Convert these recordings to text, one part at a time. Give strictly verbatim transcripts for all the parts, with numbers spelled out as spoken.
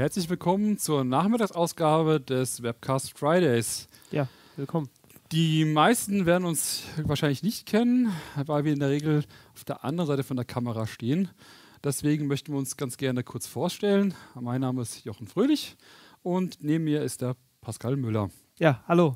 Herzlich willkommen zur Nachmittagsausgabe des Webcast Fridays. Ja, willkommen. Die meisten werden uns wahrscheinlich nicht kennen, weil wir in der Regel auf der anderen Seite von der Kamera stehen. Deswegen möchten wir uns ganz gerne kurz vorstellen. Mein Name ist Jochen Fröhlich und neben mir ist der Pascal Müller. Ja, hallo.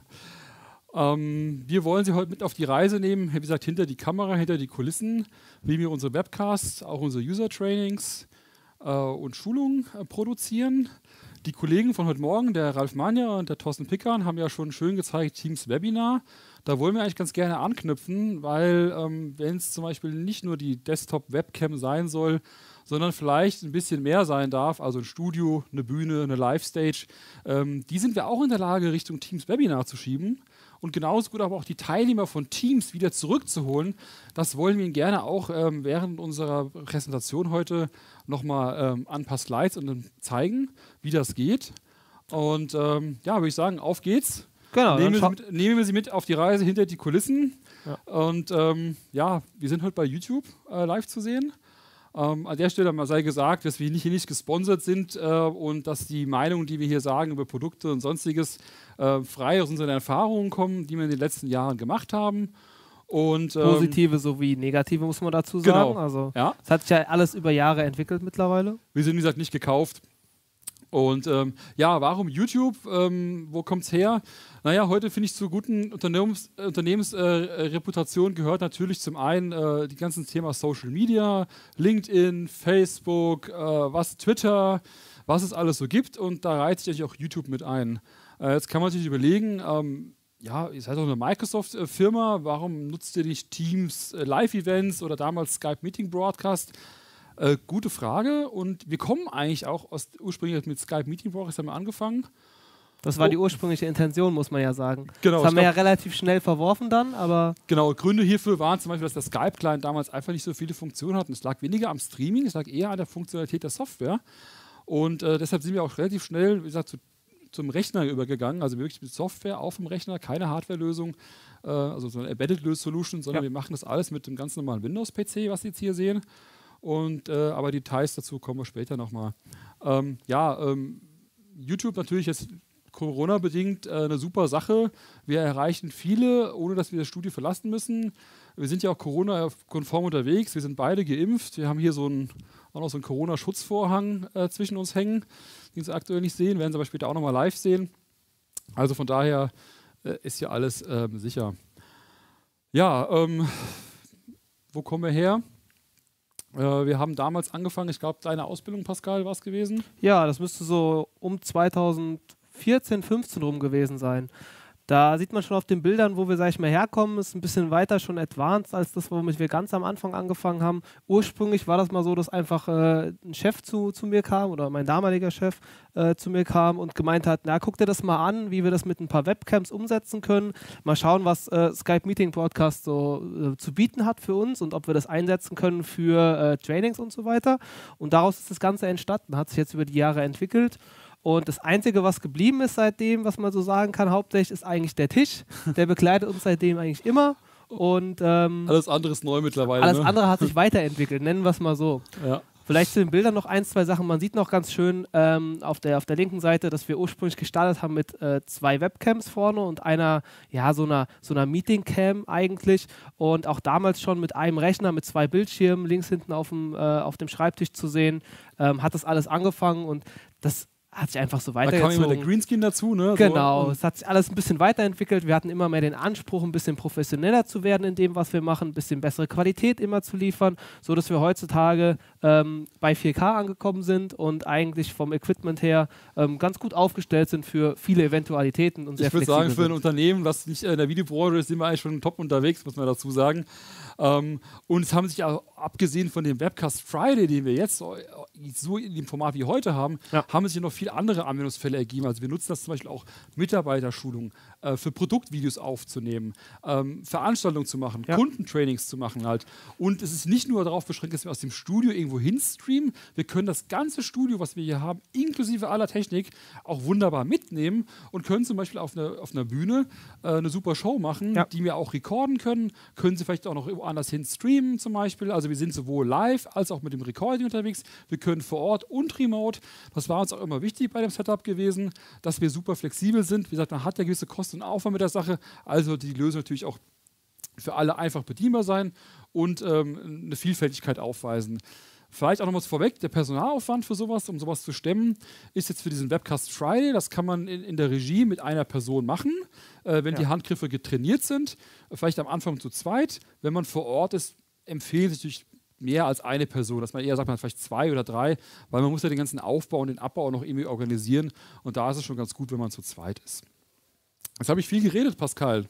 ähm, wir wollen Sie heute mit auf die Reise nehmen, wie gesagt, hinter die Kamera, hinter die Kulissen, wie wir unsere Webcasts, auch unsere User-Trainings äh, und Schulungen äh, produzieren. Die Kollegen von heute Morgen, der Ralf Manja und der Thorsten Pickern, haben ja schon schön gezeigt, Teams Webinar. Da wollen wir eigentlich ganz gerne anknüpfen, weil ähm, wenn es zum Beispiel nicht nur die Desktop-Webcam sein soll, sondern vielleicht ein bisschen mehr sein darf, also ein Studio, eine Bühne, eine Live-Stage, ähm, die sind wir auch in der Lage, Richtung Teams Webinar zu schieben. Und genauso gut aber auch die Teilnehmer von Teams wieder zurückzuholen. Das wollen wir Ihnen gerne auch ähm, während unserer Präsentation heute nochmal ähm, an ein paar Slides und dann zeigen, wie das geht. Und ähm, ja, würde ich sagen, auf geht's. Genau, nehmen, wir mit, nehmen wir Sie mit auf die Reise hinter die Kulissen. Ja. Und ähm, ja, wir sind heute bei YouTube äh, live zu sehen. Ähm, an der Stelle mal sei gesagt, dass wir hier nicht gesponsert sind äh, und dass die Meinungen, die wir hier sagen über Produkte und Sonstiges, äh, frei aus unseren Erfahrungen kommen, die wir in den letzten Jahren gemacht haben. Und, ähm, positive sowie negative, muss man dazu genau. sagen. Also, ja. Es hat sich ja alles über Jahre entwickelt mittlerweile. Wir sind, wie gesagt, nicht gekauft. Und ähm, ja, warum YouTube? Ähm, wo kommt es her? Naja, heute finde ich zur guten Unternehmens, äh, Unternehmensreputation äh, gehört natürlich zum einen äh, die ganzen Thema Social Media, LinkedIn, Facebook, äh, was Twitter, was es alles so gibt. Und da reiht sich natürlich auch YouTube mit ein. Äh, jetzt kann man sich überlegen, ähm, ja, ihr seid doch eine Microsoft-Firma, warum nutzt ihr nicht Teams, äh, Live-Events oder damals Skype Meeting Broadcast? Äh, gute Frage, und wir kommen eigentlich auch aus, ursprünglich mit Skype Meeting Broadcast haben wir angefangen. Das war oh. die ursprüngliche Intention, muss man ja sagen. Genau, das haben wir glaub, ja relativ schnell verworfen dann, aber... Genau, Gründe hierfür waren zum Beispiel, dass der Skype-Client damals einfach nicht so viele Funktionen hat. Es lag weniger am Streaming, es lag eher an der Funktionalität der Software. Und äh, deshalb sind wir auch relativ schnell, wie gesagt, zu, zum Rechner übergegangen, also wirklich mit Software auf dem Rechner, keine Hardware-Lösung, äh, also so eine Embedded-Solution, sondern ja. wir machen das alles mit dem ganz normalen Windows-P C, was Sie jetzt hier sehen. Und, äh, aber Details dazu kommen wir später nochmal. Ähm, ja, ähm, YouTube natürlich jetzt Corona-bedingt äh, eine super Sache. Wir erreichen viele, ohne dass wir das Studio verlassen müssen. Wir sind ja auch Corona-konform unterwegs. Wir sind beide geimpft. Wir haben hier so einen, auch noch so einen Corona-Schutzvorhang äh, zwischen uns hängen, den Sie aktuell nicht sehen. Werden Sie aber später auch nochmal live sehen. Also von daher äh, ist ja alles äh, sicher. Ja, ähm, wo kommen wir her? Wir haben damals angefangen, ich glaube, deine Ausbildung, Pascal, war es gewesen? Ja, das müsste so um zweitausendvierzehn, fünfzehn rum gewesen sein. Da sieht man schon auf den Bildern, wo wir, sag ich mal, herkommen, ist ein bisschen weiter schon advanced als das, womit wir ganz am Anfang angefangen haben. Ursprünglich war das mal so, dass einfach äh, ein Chef zu, zu mir kam oder mein damaliger Chef äh, zu mir kam und gemeint hat, na, guck dir das mal an, wie wir das mit ein paar Webcams umsetzen können. Mal schauen, was äh, Skype Meeting Broadcast so äh, zu bieten hat für uns und ob wir das einsetzen können für äh, Trainings und so weiter. Und daraus ist das Ganze entstanden, hat sich jetzt über die Jahre entwickelt. Und das Einzige, was geblieben ist seitdem, was man so sagen kann, hauptsächlich ist eigentlich der Tisch. Der begleitet uns seitdem eigentlich immer. Und, ähm, alles andere ist neu mittlerweile. Alles ne? andere hat sich weiterentwickelt, nennen wir es mal so. Ja. Vielleicht zu den Bildern noch ein, zwei Sachen. Man sieht noch ganz schön ähm, auf, der, auf der linken Seite, dass wir ursprünglich gestartet haben mit äh, zwei Webcams vorne und einer, ja, so einer, so einer Meeting-Cam eigentlich. Und auch damals schon mit einem Rechner, mit zwei Bildschirmen links hinten auf dem, äh, auf dem Schreibtisch zu sehen, ähm, hat das alles angefangen und das hat sich einfach so weitergezogen. Da kam immer der Greenscreen dazu, ne? Genau, so. Es hat sich alles ein bisschen weiterentwickelt. Wir hatten immer mehr den Anspruch, ein bisschen professioneller zu werden in dem, was wir machen, ein bisschen bessere Qualität immer zu liefern, so dass wir heutzutage ähm, bei vier K angekommen sind und eigentlich vom Equipment her ähm, ganz gut aufgestellt sind für viele Eventualitäten und sehr flexibel. Ich würde sagen, für ein Unternehmen, was nicht in der Videobranche ist, sind wir eigentlich schon top unterwegs, muss man dazu sagen. Ähm, und es haben sich auch, abgesehen von dem Webcast Friday, den wir jetzt so, so in dem Format wie heute haben, ja. haben sich noch viele andere Anwendungsfälle ergeben. Also wir nutzen das zum Beispiel auch Mitarbeiterschulung, äh, für Produktvideos aufzunehmen, ähm, Veranstaltungen zu machen, ja. Kundentrainings zu machen halt. Und es ist nicht nur darauf beschränkt, dass wir aus dem Studio irgendwo hin streamen, wir können das ganze Studio, was wir hier haben, inklusive aller Technik, auch wunderbar mitnehmen und können zum Beispiel auf, eine, auf einer Bühne äh, eine super Show machen, ja. die wir auch recorden können, können sie vielleicht auch noch woanders hin streamen zum Beispiel. Also wir sind sowohl live als auch mit dem Recording unterwegs. Wir können vor Ort und remote. Das war uns auch immer wichtig bei dem Setup gewesen, dass wir super flexibel sind. Wie gesagt, man hat ja gewisse Kosten und Aufwand mit der Sache. Also die Lösung natürlich auch für alle einfach bedienbar sein und ähm, eine Vielfältigkeit aufweisen. Vielleicht auch noch was vorweg, der Personalaufwand für sowas, um sowas zu stemmen, ist jetzt für diesen Webcast Friday, das kann man in, in der Regie mit einer Person machen, äh, wenn ja. die Handgriffe getrainiert sind, vielleicht am Anfang zu zweit. Wenn man vor Ort ist, empfehlen sich natürlich mehr als eine Person, dass man eher sagt, man hat vielleicht zwei oder drei, weil man muss ja den ganzen Aufbau und den Abbau auch noch irgendwie organisieren und da ist es schon ganz gut, wenn man zu zweit ist. Jetzt habe ich viel geredet, Pascal.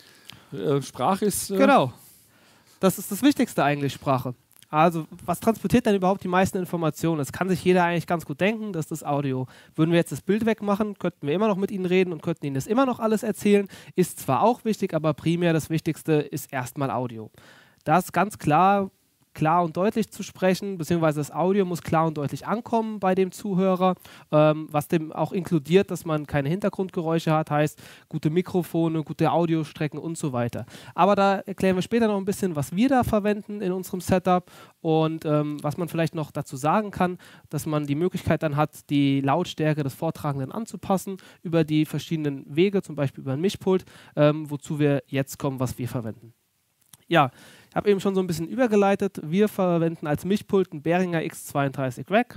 Äh, Sprache ist... Äh genau. Das ist das Wichtigste eigentlich, Sprache. Also, was transportiert denn überhaupt die meisten Informationen? Das kann sich jeder eigentlich ganz gut denken, das ist das Audio. Würden wir jetzt das Bild wegmachen, könnten wir immer noch mit Ihnen reden und könnten Ihnen das immer noch alles erzählen. Ist zwar auch wichtig, aber primär das Wichtigste ist erstmal Audio. Das ist ganz klar, klar und deutlich zu sprechen, beziehungsweise das Audio muss klar und deutlich ankommen bei dem Zuhörer, ähm, was dem auch inkludiert, dass man keine Hintergrundgeräusche hat, heißt gute Mikrofone, gute Audiostrecken und so weiter. Aber da erklären wir später noch ein bisschen, was wir da verwenden in unserem Setup und ähm, was man vielleicht noch dazu sagen kann, dass man die Möglichkeit dann hat, die Lautstärke des Vortragenden anzupassen über die verschiedenen Wege, zum Beispiel über ein Mischpult, ähm, wozu wir jetzt kommen, was wir verwenden. Ja, ich habe eben schon so ein bisschen übergeleitet. Wir verwenden als Mischpult ein Behringer X zweiunddreißig Rack.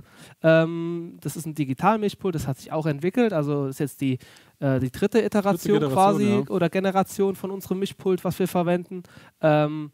Ähm, das ist ein Digital-Mischpult, das hat sich auch entwickelt. Also ist jetzt die, äh, die dritte Iteration dritte quasi ja. oder Generation von unserem Mischpult, was wir verwenden. Ähm,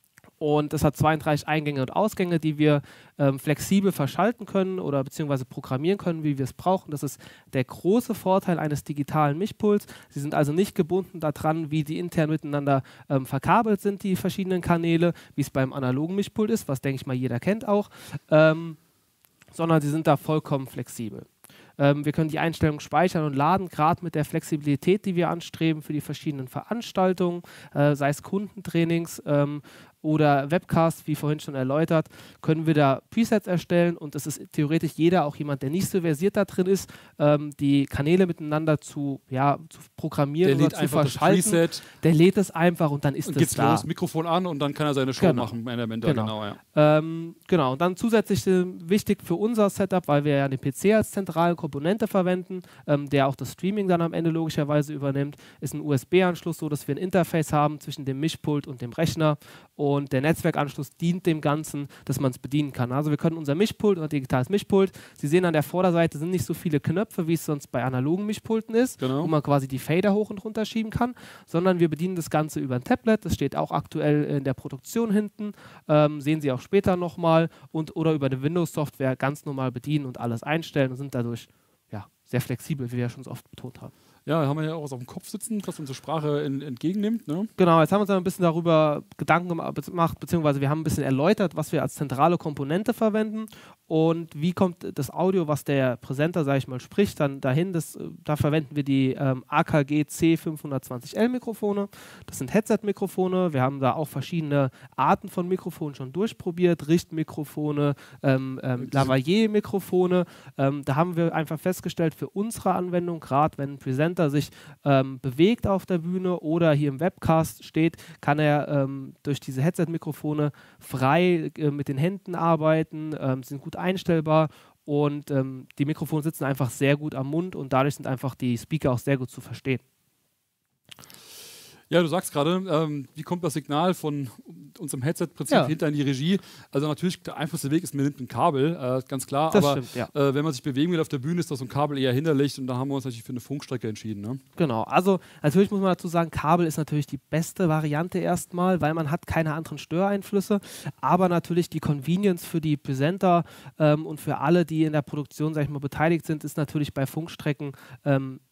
Und das hat zweiunddreißig Eingänge und Ausgänge, die wir ähm, flexibel verschalten können oder beziehungsweise programmieren können, wie wir es brauchen. Das ist der große Vorteil eines digitalen Mischpults. Sie sind also nicht gebunden daran, wie die intern miteinander ähm, verkabelt sind, die verschiedenen Kanäle, wie es beim analogen Mischpult ist, was, denke ich mal, jeder kennt auch, ähm, sondern sie sind da vollkommen flexibel. Ähm, wir können die Einstellungen speichern und laden, gerade mit der Flexibilität, die wir anstreben für die verschiedenen Veranstaltungen, äh, sei es Kundentrainings ähm, oder Webcasts, wie vorhin schon erläutert, können wir da Presets erstellen und es ist theoretisch jeder, auch jemand, der nicht so versiert da drin ist, ähm, die Kanäle miteinander zu, ja, zu programmieren der oder zu verschalten. Das Preset der lädt es einfach und dann ist und es geht's da. los, Mikrofon an und dann kann er seine Show genau. machen. Genau, genau. genau, ja. Ähm, genau, und dann zusätzlich äh, wichtig für unser Setup, weil wir ja den P C als zentrale Komponente verwenden, ähm, der auch das Streaming dann am Ende logischerweise übernimmt, ist ein U S B-Anschluss, so dass wir ein Interface haben zwischen dem Mischpult und dem Rechner. Und der Netzwerkanschluss dient dem Ganzen, dass man es bedienen kann. Also wir können unser Mischpult oder digitales Mischpult, Sie sehen an der Vorderseite sind nicht so viele Knöpfe, wie es sonst bei analogen Mischpulten ist, genau. wo man quasi die Fader hoch und runter schieben kann, sondern wir bedienen das Ganze über ein Tablet. Das steht auch aktuell in der Produktion hinten, ähm, sehen Sie auch später nochmal und oder über eine Windows-Software ganz normal bedienen und alles einstellen und sind dadurch ja, sehr flexibel, wie wir ja schon so oft betont haben. Ja, haben wir ja auch was auf dem Kopf sitzen, was unsere Sprache in, entgegennimmt. Ne? Genau, jetzt haben wir uns ein bisschen darüber Gedanken gemacht, beziehungsweise wir haben ein bisschen erläutert, was wir als zentrale Komponente verwenden und wie kommt das Audio, was der Präsenter, sage ich mal, spricht, dann dahin. Das, da verwenden wir die ähm, A K G C fünfhundertzwanzig L Mikrofone. Das sind Headset-Mikrofone. Wir haben da auch verschiedene Arten von Mikrofonen schon durchprobiert, Richtmikrofone, ähm, ähm, Lavalier-Mikrofone. Ähm, da haben wir einfach festgestellt, für unsere Anwendung, gerade wenn ein Präsenter sich ähm, bewegt auf der Bühne oder hier im Webcast steht, kann er ähm, durch diese Headset-Mikrofone frei äh, mit den Händen arbeiten, ähm, sind gut einstellbar und ähm, die Mikrofone sitzen einfach sehr gut am Mund und dadurch sind einfach die Speaker auch sehr gut zu verstehen. Ja, du sagst gerade, ähm, wie kommt das Signal von unserem Headset-Prinzip ja. hinter in die Regie? Also natürlich, der einfachste Weg ist, man nimmt ein Kabel, äh, ganz klar, das aber stimmt, ja. äh, wenn man sich bewegen will auf der Bühne, ist das so ein Kabel eher hinderlich und da haben wir uns natürlich für eine Funkstrecke entschieden. Ne? Genau, also natürlich muss man dazu sagen, Kabel ist natürlich die beste Variante erstmal, weil man hat keine anderen Störeinflüsse, aber natürlich die Convenience für die Präsenter ähm, und für alle, die in der Produktion, sag ich mal, beteiligt sind, ist natürlich bei Funkstrecken ähm,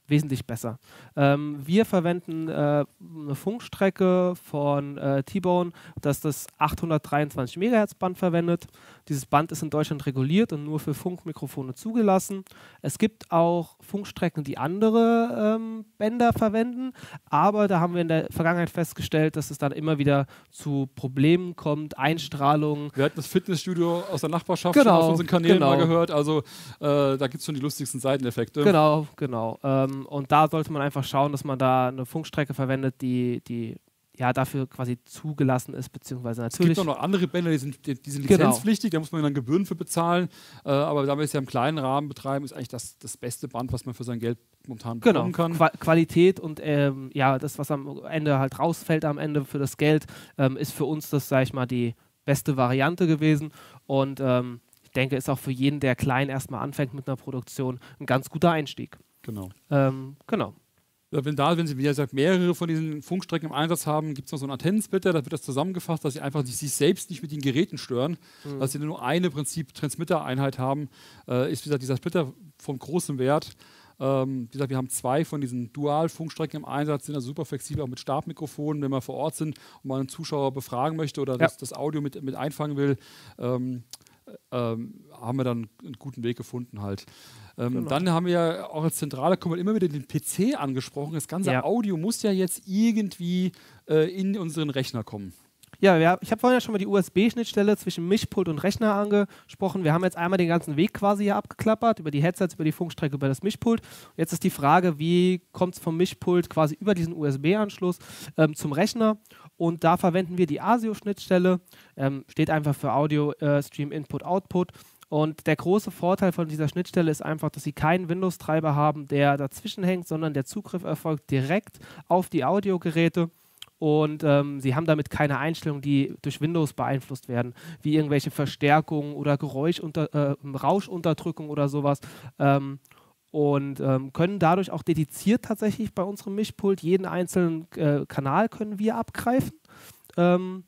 wesentlich besser. Ähm, wir verwenden äh, eine Funkstrecke von äh, T-Bone, das das achthundertdreiundzwanzig Megahertz Band verwendet. Dieses Band ist in Deutschland reguliert und nur für Funkmikrofone zugelassen. Es gibt auch Funkstrecken, die andere ähm, Bänder verwenden, aber da haben wir in der Vergangenheit festgestellt, dass es dann immer wieder zu Problemen kommt, Einstrahlung. Wir hatten das Fitnessstudio aus der Nachbarschaft genau, schon auf unseren Kanälen genau. mal gehört, also äh, da gibt es schon die lustigsten Seiteneffekte. Genau, genau. Ähm, und da sollte man einfach schauen, dass man da eine Funkstrecke verwendet, die, die ja dafür quasi zugelassen ist, beziehungsweise natürlich... Es gibt auch noch andere Bänder, die sind, die, die sind Genau. lizenzpflichtig, da muss man dann Gebühren für bezahlen, äh, aber da wir es ja im kleinen Rahmen betreiben, ist eigentlich das, das beste Band, was man für sein Geld momentan genau. bekommen kann. Qua Qualität und ähm, ja, das, was am Ende halt rausfällt am Ende für das Geld, ähm, ist für uns das, sag ich mal, die beste Variante gewesen und ähm, ich denke, ist auch für jeden, der klein erstmal anfängt mit einer Produktion, ein ganz guter Einstieg. Genau. Ähm, genau. Ja, wenn da, wenn Sie, wie gesagt, mehrere von diesen Funkstrecken im Einsatz haben, gibt es noch so einen Antennensplitter, da wird das zusammengefasst, dass Sie einfach sich, sich selbst nicht mit den Geräten stören, mhm. dass Sie nur eine Prinzip Transmitter-Einheit haben, äh, ist wie gesagt dieser Splitter von großem Wert. Ähm, wie gesagt, wir haben zwei von diesen Dual-Funkstrecken im Einsatz, sind also super flexibel, auch mit Stabmikrofonen, wenn wir vor Ort sind und man einen Zuschauer befragen möchte oder ja. das, das Audio mit, mit einfangen will, ähm, ähm, haben wir dann einen guten Weg gefunden halt. Ähm, genau. Dann haben wir ja auch als Zentrale kommen wir immer wieder den P C angesprochen. Das ganze ja. Audio muss ja jetzt irgendwie äh, in unseren Rechner kommen. Ja, wir, ich habe vorhin ja schon mal die U S B-Schnittstelle zwischen Mischpult und Rechner angesprochen. Wir haben jetzt einmal den ganzen Weg quasi hier abgeklappert, über die Headsets, über die Funkstrecke, über das Mischpult. Jetzt ist die Frage, wie kommt es vom Mischpult quasi über diesen U S B-Anschluss ähm, zum Rechner? Und da verwenden wir die ASIO-Schnittstelle, ähm, steht einfach für Audio äh, Stream Input Output. Und der große Vorteil von dieser Schnittstelle ist einfach, dass Sie keinen Windows-Treiber haben, der dazwischen hängt, sondern der Zugriff erfolgt direkt auf die Audiogeräte. Und ähm, Sie haben damit keine Einstellungen, die durch Windows beeinflusst werden, wie irgendwelche Verstärkungen oder Geräuschunter äh, Rauschunterdrückung oder sowas. Ähm, und ähm, können dadurch auch dediziert tatsächlich bei unserem Mischpult jeden einzelnen äh, Kanal können wir abgreifen ähm,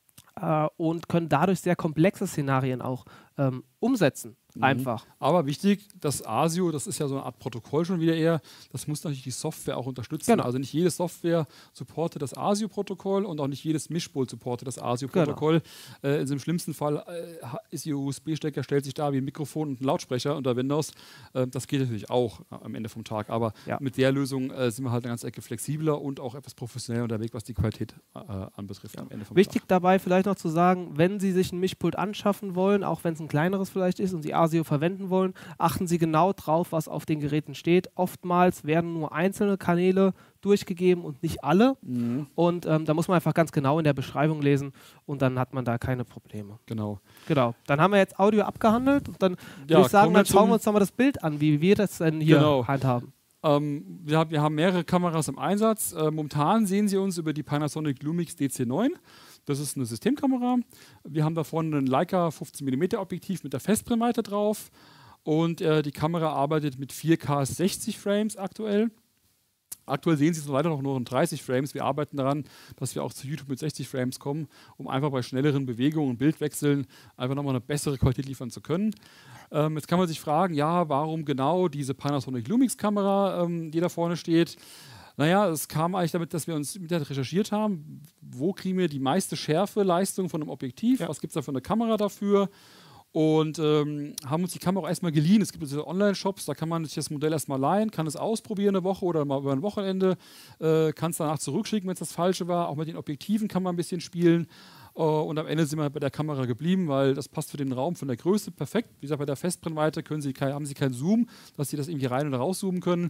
äh, und können dadurch sehr komplexe Szenarien auch ähm, umsetzen. Mhm. Einfach. Aber wichtig, das ASIO, das ist ja so eine Art Protokoll schon wieder eher, das muss natürlich die Software auch unterstützen. Genau. Also nicht jede Software supportet das ASIO-Protokoll und auch nicht jedes Mischpult supportet das ASIO-Protokoll. Genau. Äh, also im schlimmsten Fall äh, ist Ihr U S B-Stecker, stellt sich da wie ein Mikrofon und ein Lautsprecher unter Windows. Äh, das geht natürlich auch äh, am Ende vom Tag. Aber ja. mit der Lösung äh, sind wir halt eine ganze Ecke flexibler und auch etwas professioneller unterwegs, was die Qualität äh, anbetrifft. Ja. Am Ende vom Wichtig Tag. dabei vielleicht noch zu sagen, wenn Sie sich ein Mischpult anschaffen wollen, auch wenn es ein kleineres vielleicht ist und Sie ASIO verwenden wollen, achten Sie genau drauf, was auf den Geräten steht. Oftmals werden nur einzelne Kanäle durchgegeben und nicht alle. Mhm. Und ähm, da muss man einfach ganz genau in der Beschreibung lesen und dann hat man da keine Probleme. Genau. Genau. Dann haben wir jetzt Audio abgehandelt und dann ja, würde ich sagen, dann schauen wir uns nochmal das Bild an, wie wir das denn hier genau. handhaben. Ähm, wir, hab, wir haben mehrere Kameras im Einsatz. Äh, momentan sehen Sie uns über die Panasonic Lumix D C neun. Das ist eine Systemkamera. Wir haben da vorne ein Leica fünfzehn Millimeter Objektiv mit der Festbrennweite drauf. Und äh, die Kamera arbeitet mit vier K sechzig Frames aktuell. Aktuell sehen Sie es leider noch nur in dreißig Frames. Wir arbeiten daran, dass wir auch zu YouTube mit sechzig Frames kommen, um einfach bei schnelleren Bewegungen und Bildwechseln einfach nochmal eine bessere Qualität liefern zu können. Ähm, jetzt kann man sich fragen, ja, warum genau diese Panasonic Lumix-Kamera, ähm, die da vorne steht? Naja, es kam eigentlich damit, dass wir uns im Internet recherchiert haben, wo kriegen wir die meiste Schärfe-Leistung von einem Objektiv, ja. was gibt es da für eine Kamera dafür? Und ähm, haben uns die Kamera auch erstmal geliehen. Es gibt diese Online-Shops, da kann man sich das Modell erstmal leihen, kann es ausprobieren eine Woche oder mal über ein Wochenende, äh, kann es danach zurückschicken, wenn es das Falsche war. Auch mit den Objektiven kann man ein bisschen spielen. Uh, und am Ende sind wir bei der Kamera geblieben, weil das passt für den Raum von der Größe perfekt. Wie gesagt, bei der Festbrennweite können Sie kein, haben Sie keinen Zoom, dass Sie das irgendwie rein- oder rauszoomen können.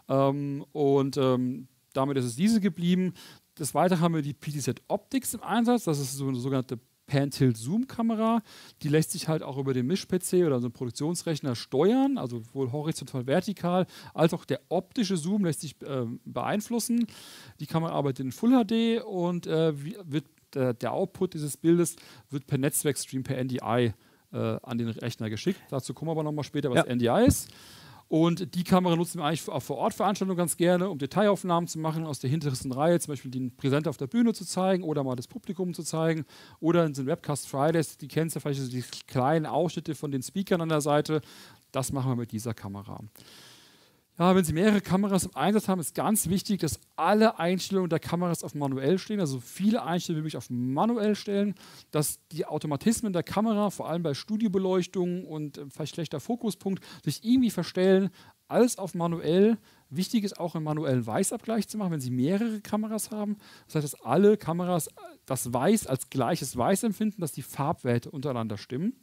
Um, und um, damit ist es diese geblieben. Des Weiteren haben wir die P T Z Optics im Einsatz. Das ist so eine sogenannte Pan-Tilt-Zoom-Kamera. Die lässt sich halt auch über den Misch-P C oder so einen Produktionsrechner steuern, also sowohl horizontal, vertikal, als auch der optische Zoom lässt sich äh, beeinflussen. Die Kamera arbeitet in Full H D und äh, wird Der, der Output dieses Bildes wird per Netzwerkstream, per N D I äh, an den Rechner geschickt. Dazu kommen wir aber nochmal später, was ja. N D I ist. Und die Kamera nutzen wir eigentlich auch vor Ort Veranstaltungen ganz gerne, um Detailaufnahmen zu machen aus der hintersten Reihe, zum Beispiel den Präsenter auf der Bühne zu zeigen oder mal das Publikum zu zeigen. Oder in den Webcast Fridays, die kennst du vielleicht, so die kleinen Ausschnitte von den Speakern an der Seite. Das machen wir mit dieser Kamera. Ja, wenn Sie mehrere Kameras im Einsatz haben, ist ganz wichtig, dass alle Einstellungen der Kameras auf manuell stehen, also viele Einstellungen wirklich auf manuell stellen, dass die Automatismen der Kamera, vor allem bei Studiobeleuchtung und äh, vielleicht schlechter Fokuspunkt, sich irgendwie verstellen, alles auf manuell. Wichtig ist auch einen manuellen Weißabgleich zu machen, wenn Sie mehrere Kameras haben. Das heißt, dass alle Kameras das Weiß als gleiches Weiß empfinden, dass die Farbwerte untereinander stimmen.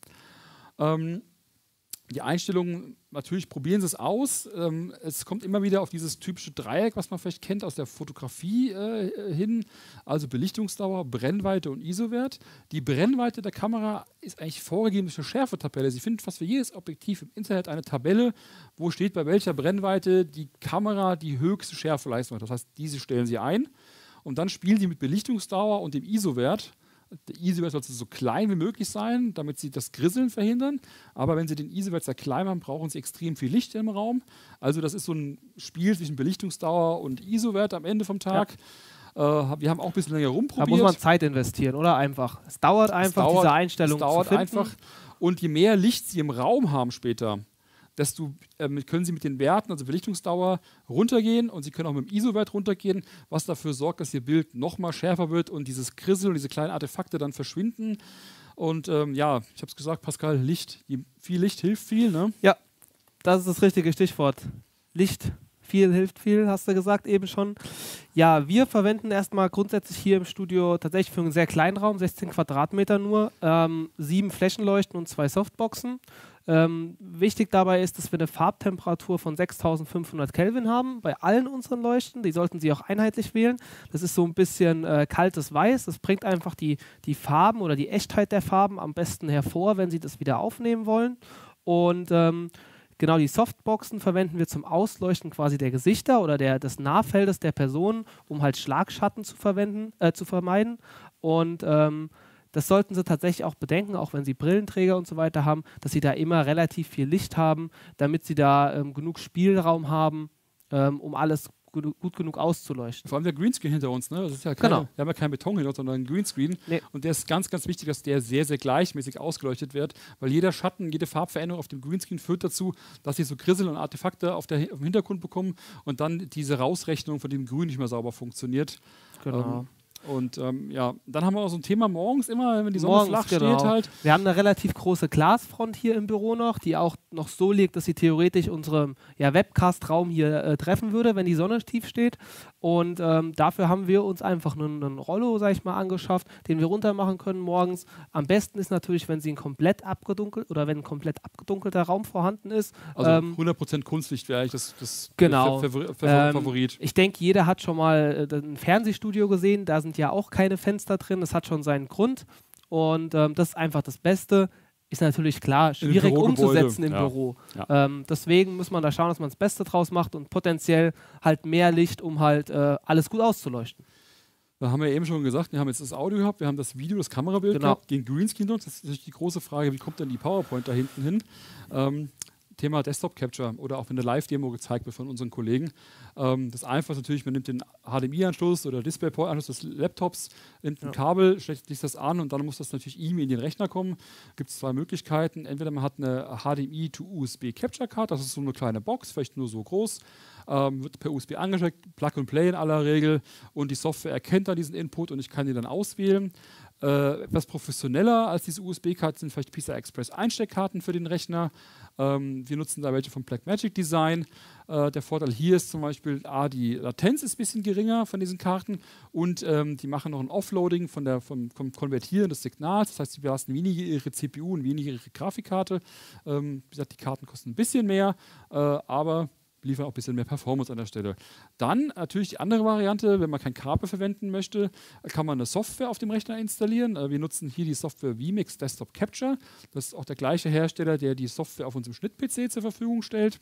Ähm, Die Einstellungen, natürlich probieren Sie es aus. Ähm, es kommt immer wieder auf dieses typische Dreieck, was man vielleicht kennt aus der Fotografie äh, hin, also Belichtungsdauer, Brennweite und I S O-Wert. Die Brennweite der Kamera ist eigentlich vorgegeben durch eine Schärfetabelle. Sie finden fast für jedes Objektiv im Internet eine Tabelle, wo steht, bei welcher Brennweite die Kamera die höchste Schärfeleistung hat. Das heißt, diese stellen Sie ein und dann spielen Sie mit Belichtungsdauer und dem I S O-Wert. Der I S O-Wert sollte so klein wie möglich sein, damit Sie das Grisseln verhindern. Aber wenn Sie den I S O-Wert sehr klein haben, brauchen Sie extrem viel Licht im Raum. Also das ist so ein Spiel zwischen Belichtungsdauer und I S O-Wert am Ende vom Tag. Ja. Äh, wir haben auch ein bisschen länger rumprobiert. Da muss man Zeit investieren, oder? Einfach. Es dauert einfach, es dauert, diese Einstellung es dauert zu finden. einfach. Und je mehr Licht Sie im Raum haben später, desto ähm, können Sie mit den Werten, also Belichtungsdauer, runtergehen und Sie können auch mit dem I S O-Wert runtergehen, was dafür sorgt, dass Ihr Bild noch mal schärfer wird und dieses Grissel und diese kleinen Artefakte dann verschwinden. Und ähm, ja, ich habe es gesagt, Pascal, Licht, die, viel Licht hilft viel, ne? Ja, das ist das richtige Stichwort. Licht, viel hilft viel, hast du gesagt eben schon. Ja, wir verwenden erstmal grundsätzlich hier im Studio tatsächlich für einen sehr kleinen Raum, sechzehn Quadratmeter nur, ähm, sieben Flächenleuchten und zwei Softboxen. Ähm, wichtig dabei ist, dass wir eine Farbtemperatur von sechstausendfünfhundert Kelvin haben bei allen unseren Leuchten. Die sollten Sie auch einheitlich wählen. Das ist so ein bisschen äh, kaltes Weiß. Das bringt einfach die, die Farben oder die Echtheit der Farben am besten hervor, wenn Sie das wieder aufnehmen wollen. Und ähm, genau die Softboxen verwenden wir zum Ausleuchten quasi der Gesichter oder der, des Nahfeldes der Person, um halt Schlagschatten zu, verwenden, äh, zu vermeiden. Und ähm, das sollten Sie tatsächlich auch bedenken, auch wenn Sie Brillenträger und so weiter haben, dass Sie da immer relativ viel Licht haben, damit Sie da ähm, genug Spielraum haben, ähm, um alles gut, gut genug auszuleuchten. Vor allem der Greenscreen hinter uns, ne? Das ist ja keine, genau. Wir haben ja keinen Beton hinter uns, sondern einen Greenscreen. Nee. Und der ist ganz, ganz wichtig, dass der sehr, sehr gleichmäßig ausgeleuchtet wird, weil jeder Schatten, jede Farbveränderung auf dem Greenscreen führt dazu, dass Sie so Grissel und Artefakte auf, der, auf dem Hintergrund bekommen und dann diese Rausrechnung von dem Grün nicht mehr sauber funktioniert. Genau. Ähm, Und ähm, ja, dann haben wir auch so ein Thema morgens immer, wenn die Sonne morgens, flach genau. steht halt. Wir haben eine relativ große Glasfront hier im Büro noch, die auch noch so liegt, dass sie theoretisch unseren ja, Webcast-Raum hier äh, treffen würde, wenn die Sonne tief steht. Und ähm, dafür haben wir uns einfach einen, einen Rollo, sag ich mal, angeschafft, den wir runter machen können morgens. Am besten ist natürlich, wenn sie ein komplett abgedunkelt oder wenn ein komplett abgedunkelter Raum vorhanden ist. Also ähm, hundert Prozent Kunstlicht wäre eigentlich das, das genau. Favor Favor Favorit. Ähm, ich denke, jeder hat schon mal äh, ein Fernsehstudio gesehen, da sind ja auch keine Fenster drin, das hat schon seinen Grund und ähm, das ist einfach das Beste. Ist natürlich klar, schwierig umzusetzen im ja. Büro. Ja. Ähm, deswegen muss man da schauen, dass man das Beste draus macht und potenziell halt mehr Licht, um halt äh, alles gut auszuleuchten. Da haben wir eben schon gesagt, wir haben jetzt das Audio gehabt, wir haben das Video, das Kamerabild genau. gehabt, den Greenscreen noch. Das ist natürlich die große Frage, wie kommt denn die PowerPoint da hinten hin? Ähm, Thema Desktop Capture oder auch wenn eine Live-Demo gezeigt wird von unseren Kollegen. Ähm, das Einfache ist natürlich, man nimmt den H D M I-Anschluss oder DisplayPort-Anschluss des Laptops, nimmt ein ja. Kabel, steckt sich das an und dann muss das natürlich irgendwie in den Rechner kommen. Gibt es zwei Möglichkeiten. Entweder man hat eine H D M I to U S B Capture Card, das ist so eine kleine Box, vielleicht nur so groß, ähm, wird per U S B angesteckt, Plug and Play in aller Regel und die Software erkennt dann diesen Input und ich kann den dann auswählen. Äh, etwas professioneller als diese U S B-Karten sind vielleicht P C I Express Einsteckkarten für den Rechner. Ähm, wir nutzen da welche vom Blackmagic Design. Äh, der Vorteil hier ist zum Beispiel, A, die Latenz ist ein bisschen geringer von diesen Karten und ähm, die machen noch ein Offloading von der, vom, vom Konvertieren des Signals. Das heißt, sie belasten weniger ihre C P U und weniger ihre Grafikkarte. Ähm, wie gesagt, die Karten kosten ein bisschen mehr, äh, aber liefern auch ein bisschen mehr Performance an der Stelle. Dann natürlich die andere Variante, wenn man kein Kabel verwenden möchte, kann man eine Software auf dem Rechner installieren. Wir nutzen hier die Software vMix Desktop Capture. Das ist auch der gleiche Hersteller, der die Software auf unserem Schnitt-P C zur Verfügung stellt.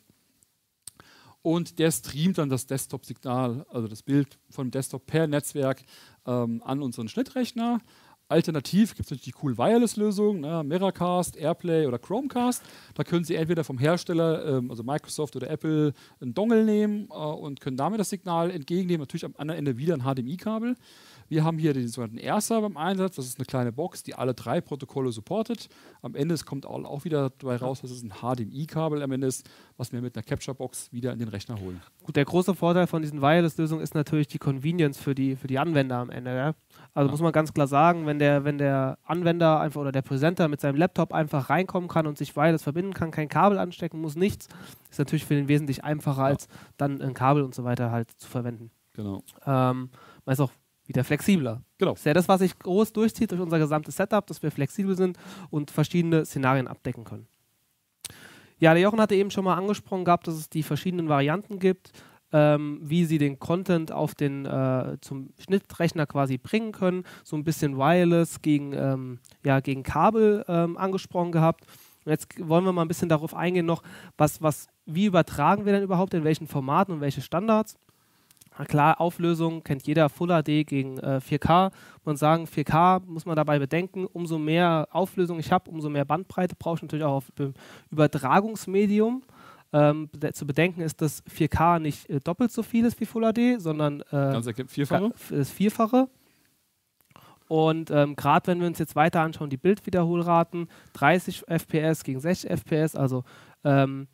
Und der streamt dann das Desktop-Signal, also das Bild vom Desktop per Netzwerk ähm, an unseren Schnittrechner. Alternativ gibt es natürlich die cool Wireless-Lösung, ne, Miracast, Airplay oder Chromecast. Da können Sie entweder vom Hersteller, ähm, also Microsoft oder Apple, einen Dongle nehmen äh, und können damit das Signal entgegennehmen. Natürlich am anderen Ende wieder ein H D M I-Kabel. Wir haben hier den sogenannten AirServer im Einsatz. Das ist eine kleine Box, die alle drei Protokolle supportet. Am Ende es kommt auch, auch wieder dabei raus, dass es ein H D M I-Kabel am Ende ist, was wir mit einer Capture-Box wieder in den Rechner holen. Gut, der große Vorteil von diesen Wireless-Lösungen ist natürlich die Convenience für die, für die Anwender am Ende. Ja? Also ja. muss man ganz klar sagen, wenn der, wenn der Anwender einfach oder der Presenter mit seinem Laptop einfach reinkommen kann und sich wireless verbinden kann, kein Kabel anstecken muss, nichts, ist natürlich für den wesentlich einfacher, ja. als dann ein Kabel und so weiter halt zu verwenden. Genau. Ähm, man ist auch wieder flexibler. Genau. Das ist ja das, was sich groß durchzieht durch unser gesamtes Setup, dass wir flexibel sind und verschiedene Szenarien abdecken können. Ja, der Jochen hatte eben schon mal angesprochen gehabt, dass es die verschiedenen Varianten gibt, ähm, wie sie den Content auf den, äh, zum Schnittrechner quasi bringen können. So ein bisschen Wireless gegen, ähm, ja, gegen Kabel ähm, angesprochen gehabt. Und jetzt wollen wir mal ein bisschen darauf eingehen noch, was, was, wie übertragen wir denn überhaupt, in welchen Formaten und welche Standards. Na klar, Auflösung kennt jeder, Full H D gegen äh, vier K. Man sagen, vier K muss man dabei bedenken, umso mehr Auflösung ich habe, umso mehr Bandbreite brauche ich natürlich auch auf dem Übertragungsmedium. Ähm, zu bedenken ist, dass vier K nicht äh, doppelt so viel ist wie Full H D, sondern äh, Ganz Vierfache. das Vierfache. Und ähm, gerade wenn wir uns jetzt weiter anschauen, die Bildwiederholraten, dreißig F P S gegen sechzig F P S, also ähm,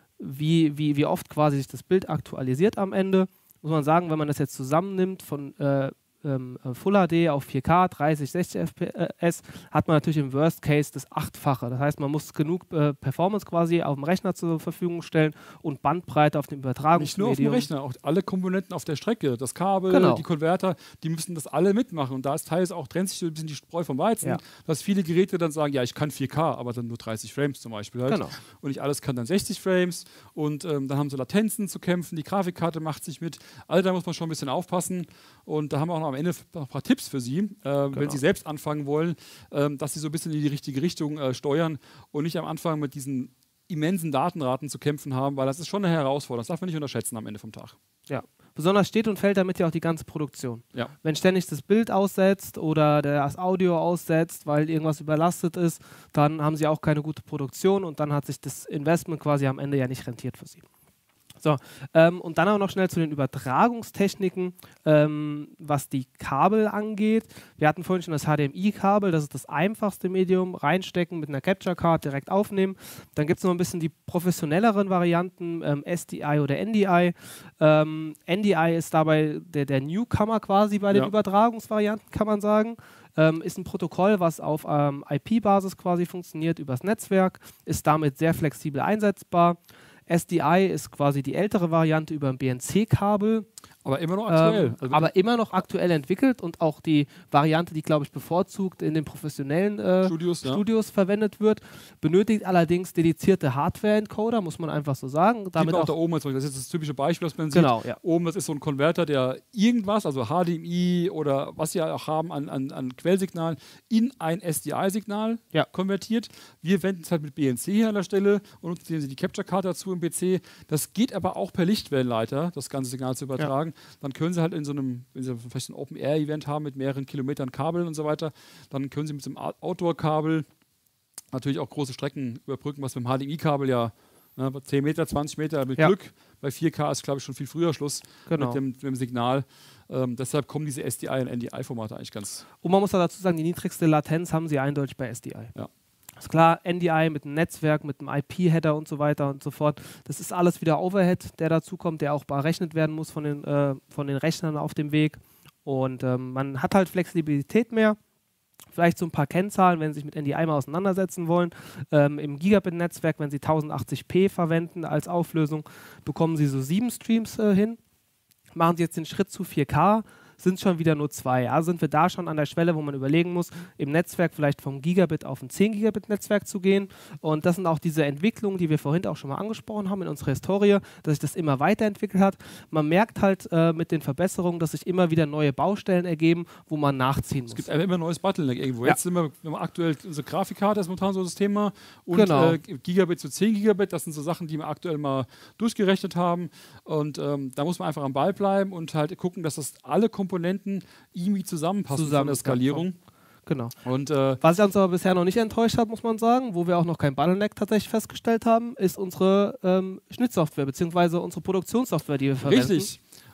wie, wie, wie oft quasi sich das Bild aktualisiert am Ende, muss man sagen, wenn man das jetzt zusammennimmt von äh, ähm, Full H D auf vier K, dreißig, sechzig F P S, hat man natürlich im Worst Case das Achtfache. Das heißt, man muss genug äh, Performance quasi auf dem Rechner zur Verfügung stellen und Bandbreite auf dem Übertragungsmedium. Nicht nur auf dem Rechner, auch alle Komponenten auf der Strecke, das Kabel, genau. die Konverter, die müssen das alle mitmachen. Und da ist teils auch, trennt sich so ein bisschen die Spreu vom Weizen, ja. dass viele Geräte dann sagen, ja, ich kann vier K, aber dann nur dreißig Frames zum Beispiel. Halt. Genau. Und nicht alles kann dann sechzig Frames und ähm, dann haben sie Latenzen zu kämpfen, die Grafikkarte macht sich mit. Also da muss man schon ein bisschen aufpassen. Und da haben wir auch noch am Ende noch ein paar Tipps für Sie, äh, genau. wenn Sie selbst anfangen wollen, äh, dass Sie so ein bisschen in die richtige Richtung äh, steuern und nicht am Anfang mit diesen immensen Datenraten zu kämpfen haben, weil das ist schon eine Herausforderung. Das darf man nicht unterschätzen am Ende vom Tag. Ja, besonders steht und fällt damit ja auch die ganze Produktion. Ja. Wenn ständig das Bild aussetzt oder das Audio aussetzt, weil irgendwas überlastet ist, dann haben Sie auch keine gute Produktion und dann hat sich das Investment quasi am Ende ja nicht rentiert für Sie. So, ähm, und dann auch noch schnell zu den Übertragungstechniken, ähm, was die Kabel angeht. Wir hatten vorhin schon das H D M I-Kabel, das ist das einfachste Medium, reinstecken, mit einer Capture Card direkt aufnehmen. Dann gibt es noch ein bisschen die professionelleren Varianten, ähm, S D I oder N D I. Ähm, N D I ist dabei der, der Newcomer quasi bei den ja. Übertragungsvarianten, kann man sagen. Ähm, ist ein Protokoll, was auf ähm, I P-Basis quasi funktioniert, übers Netzwerk, ist damit sehr flexibel einsetzbar. S D I ist quasi die ältere Variante über ein B N C-Kabel. Aber immer noch aktuell. Ähm, also aber immer noch aktuell entwickelt und auch die Variante, die, glaube ich, bevorzugt in den professionellen äh, Studios, ja. Studios verwendet wird, benötigt allerdings dedizierte Hardware-Encoder, muss man einfach so sagen. Damit auch auch da oben, das ist jetzt das typische Beispiel, was man genau, sieht. Ja. Oben, das ist so ein Konverter, der irgendwas, also H D M I oder was sie auch haben an, an, an Quellsignalen, in ein S D I-Signal ja. konvertiert. Wir wenden es halt mit B N C hier an der Stelle und nutzen die Capture-Karte dazu im P C. Das geht aber auch per Lichtwellenleiter, das ganze Signal zu übertragen. Ja. Dann können Sie halt in so einem, wenn Sie vielleicht ein Open-Air-Event haben mit mehreren Kilometern Kabeln und so weiter, dann können Sie mit so einem Outdoor-Kabel natürlich auch große Strecken überbrücken, was mit dem H D M I-Kabel ja ne, zehn Meter, zwanzig Meter mit ja. Glück. Bei vier K ist, glaube ich, schon viel früher Schluss genau. mit, dem, mit dem Signal. Ähm, deshalb kommen diese S D I- und N D I-Formate eigentlich ganz... Und man muss dazu sagen, die niedrigste Latenz haben Sie eindeutig bei S D I. Ja. Ist klar, N D I mit einem Netzwerk, mit einem I P-Header und so weiter und so fort. Das ist alles wieder Overhead, der dazukommt, der auch berechnet werden muss von den, äh, von den Rechnern auf dem Weg. Und ähm, man hat halt Flexibilität mehr. Vielleicht so ein paar Kennzahlen, wenn Sie sich mit N D I mal auseinandersetzen wollen. Ähm, Im Gigabit-Netzwerk, wenn Sie tausendachtzig p verwenden als Auflösung, bekommen Sie so sieben Streams äh, hin. Machen Sie jetzt den Schritt zu vier K, sind schon wieder nur zwei. Also sind wir da schon an der Schwelle, wo man überlegen muss, im Netzwerk vielleicht vom Gigabit auf ein zehn Gigabit Netzwerk zu gehen. Und das sind auch diese Entwicklungen, die wir vorhin auch schon mal angesprochen haben in unserer Historie, dass sich das immer weiterentwickelt hat. Man merkt halt äh, mit den Verbesserungen, dass sich immer wieder neue Baustellen ergeben, wo man nachziehen muss. Es gibt immer ein neues Bottleneck irgendwo. Ja. Jetzt sind wir, wir haben aktuell unsere Grafikkarte, das ist momentan so das Thema. Und genau. äh, Gigabit zu zehn Gigabit, das sind so Sachen, die wir aktuell mal durchgerechnet haben. Und ähm, da muss man einfach am Ball bleiben und halt gucken, dass das alle Komponenten irgendwie zusammenpassen Zusammen, von der Skalierung. Ja, genau. Und, äh, was uns aber bisher noch nicht enttäuscht hat, muss man sagen, wo wir auch noch kein Bottleneck tatsächlich festgestellt haben, ist unsere ähm, Schnittsoftware bzw. unsere Produktionssoftware, die wir verwenden. Richtig.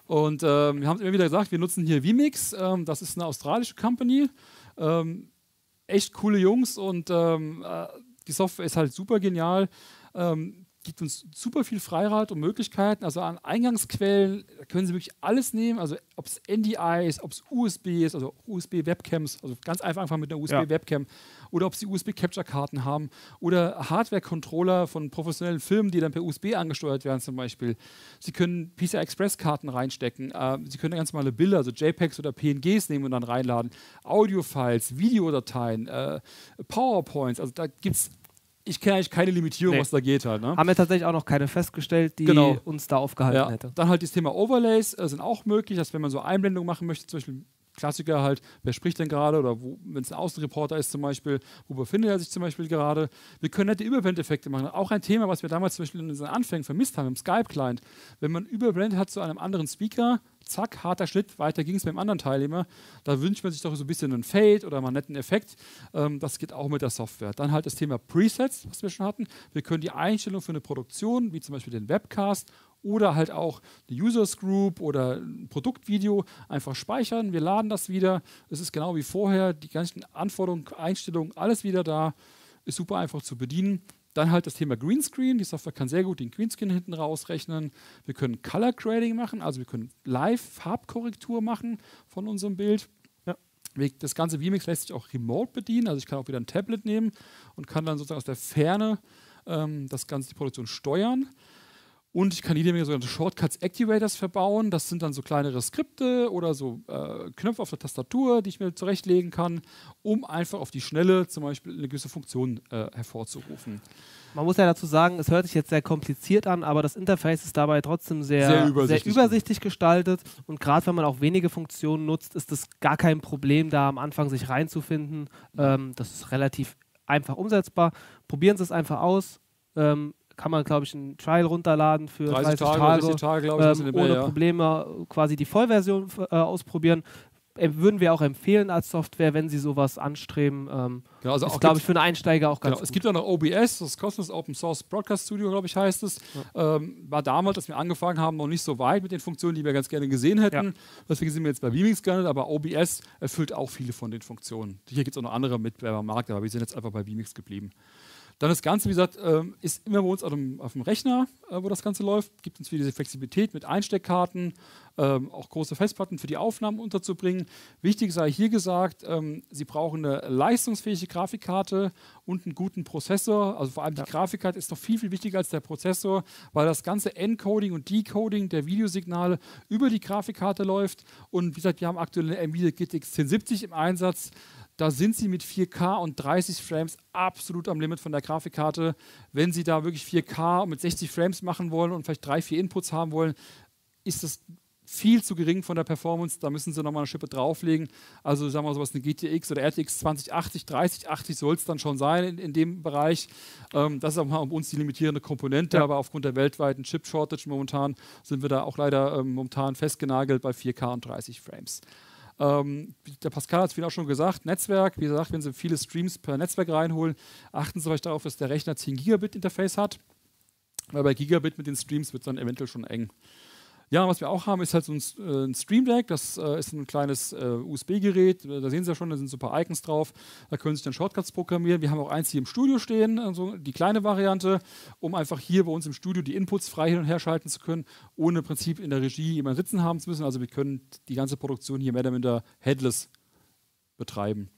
Und ähm, wir haben es immer wieder gesagt, wir nutzen hier vMix, ähm, das ist eine australische Company, ähm, echt coole Jungs und ähm, äh, die Software ist halt super genial, ähm, gibt uns super viel Freiraum und Möglichkeiten, also an Eingangsquellen können Sie wirklich alles nehmen, also ob es N D I ist, ob es U S B ist, also U S B-Webcams, also ganz einfach, einfach mit einer U S B-Webcam, ja. Oder ob Sie U S B-Capture-Karten haben oder Hardware-Controller von professionellen Filmen, die dann per U S B angesteuert werden zum Beispiel. Sie können P C I-Express-Karten reinstecken, äh, Sie können ganz normale Bilder, also JPEGs oder P N Gs nehmen und dann reinladen, Audio-Files, Videodateien, äh, PowerPoints, also da gibt es ich kenne eigentlich keine Limitierung, nee. was da geht halt. Ne? Haben wir tatsächlich auch noch keine festgestellt, die genau. uns da aufgehalten ja. hätte. Dann halt das Thema Overlays äh, sind auch möglich, dass wenn man so Einblendungen machen möchte, zum Beispiel Klassiker halt, wer spricht denn gerade oder wenn es ein Außenreporter ist zum Beispiel, wo befindet er sich zum Beispiel gerade. Wir können nette Überblendeffekte machen. Auch ein Thema, was wir damals zum Beispiel in unseren Anfängen vermisst haben, im Skype-Client. Wenn man überblendet hat zu einem anderen Speaker, zack, harter Schnitt, weiter ging es mit dem anderen Teilnehmer. Da wünscht man sich doch so ein bisschen einen Fade oder mal einen netten Effekt. Ähm, das geht auch mit der Software. Dann halt das Thema Presets, was wir schon hatten. Wir können die Einstellung für eine Produktion, wie zum Beispiel den Webcast oder halt auch eine Users Group oder ein Produktvideo einfach speichern. Wir laden das wieder. Es ist genau wie vorher. Die ganzen Anforderungen, Einstellungen, alles wieder da. Ist super einfach zu bedienen. Dann halt das Thema Greenscreen. Die Software kann sehr gut den Greenscreen hinten rausrechnen. Wir können Color Grading machen, also wir können Live-Farbkorrektur machen von unserem Bild. Ja. Das ganze vMix lässt sich auch remote bedienen. Also ich kann auch wieder ein Tablet nehmen und kann dann sozusagen aus der Ferne ähm, das Ganze, die Produktion steuern. Und ich kann jede Menge sogenannte Shortcuts Activators verbauen. Das sind dann so kleinere Skripte oder so äh, Knöpfe auf der Tastatur, die ich mir zurechtlegen kann, um einfach auf die Schnelle zum Beispiel eine gewisse Funktion äh, hervorzurufen. Man muss ja dazu sagen, es hört sich jetzt sehr kompliziert an, aber das Interface ist dabei trotzdem sehr, sehr übersichtlich, sehr übersichtlich gestaltet. Und gerade wenn man auch wenige Funktionen nutzt, ist es gar kein Problem, da am Anfang sich reinzufinden. Ähm, das ist relativ einfach umsetzbar. Probieren Sie es einfach aus. Ähm, kann man, glaube ich, einen Trial runterladen für dreißig Tage, Tage glaube ich, ähm, ohne Mail, ja. Probleme quasi die Vollversion äh, ausprobieren. Äh, würden wir auch empfehlen als Software, wenn Sie sowas anstreben. Ähm, genau, also ist, glaube ich, für einen Einsteiger auch ganz genau, gut. Es gibt auch noch O B S, das kostenlose Open Source Broadcast Studio, glaube ich, heißt es. Ja. Ähm, war damals, als wir angefangen haben, noch nicht so weit mit den Funktionen, die wir ganz gerne gesehen hätten. Ja. Deswegen sind wir jetzt bei vMix gelandet, aber O B S erfüllt auch viele von den Funktionen. Hier gibt es auch noch andere Mitbewerber am Markt, aber wir sind jetzt einfach bei vMix geblieben. Dann das Ganze, wie gesagt, ähm, ist immer bei uns auf dem, auf dem Rechner, äh, wo das Ganze läuft. Gibt uns wieder diese Flexibilität mit Einsteckkarten, ähm, auch große Festplatten für die Aufnahmen unterzubringen. Wichtig sei hier gesagt, ähm, Sie brauchen eine leistungsfähige Grafikkarte und einen guten Prozessor. Also vor allem die ja. Grafikkarte ist noch viel, viel wichtiger als der Prozessor, weil das ganze Encoding und Decoding der Videosignale über die Grafikkarte läuft. Und wie gesagt, wir haben aktuell eine Nvidia G T X zehn siebzig im Einsatz. Da sind Sie mit vier K und dreißig Frames absolut am Limit von der Grafikkarte. Wenn Sie da wirklich vier K mit sechzig Frames machen wollen und vielleicht drei, vier Inputs haben wollen, ist das viel zu gering von der Performance. Da müssen Sie nochmal eine Schippe drauflegen. Also sagen wir mal sowas, eine G T X oder R T X zwanzig achtzig, dreißig achtzig soll es dann schon sein in, in dem Bereich. Ähm, das ist auch mal um uns die limitierende Komponente, ja. aber aufgrund der weltweiten Chip-Shortage momentan sind wir da auch leider ähm, momentan festgenagelt bei vier K und dreißig Frames. Ähm, der Pascal hat es auch schon gesagt, Netzwerk, wie gesagt, wenn Sie viele Streams per Netzwerk reinholen, achten Sie vielleicht darauf, dass der Rechner zehn Gigabit Interface hat, weil bei Gigabit mit den Streams wird es dann eventuell schon eng. Ja, was wir auch haben, ist halt so ein, äh, ein Stream Deck. Das äh, ist ein kleines äh, U S B-Gerät. Da sehen Sie ja schon, da sind so ein paar Icons drauf. Da können Sie dann Shortcuts programmieren. Wir haben auch eins hier im Studio stehen, also die kleine Variante, um einfach hier bei uns im Studio die Inputs frei hin und her schalten zu können, ohne im Prinzip in der Regie jemanden sitzen haben zu müssen. Also wir können die ganze Produktion hier mehr oder minder headless betreiben.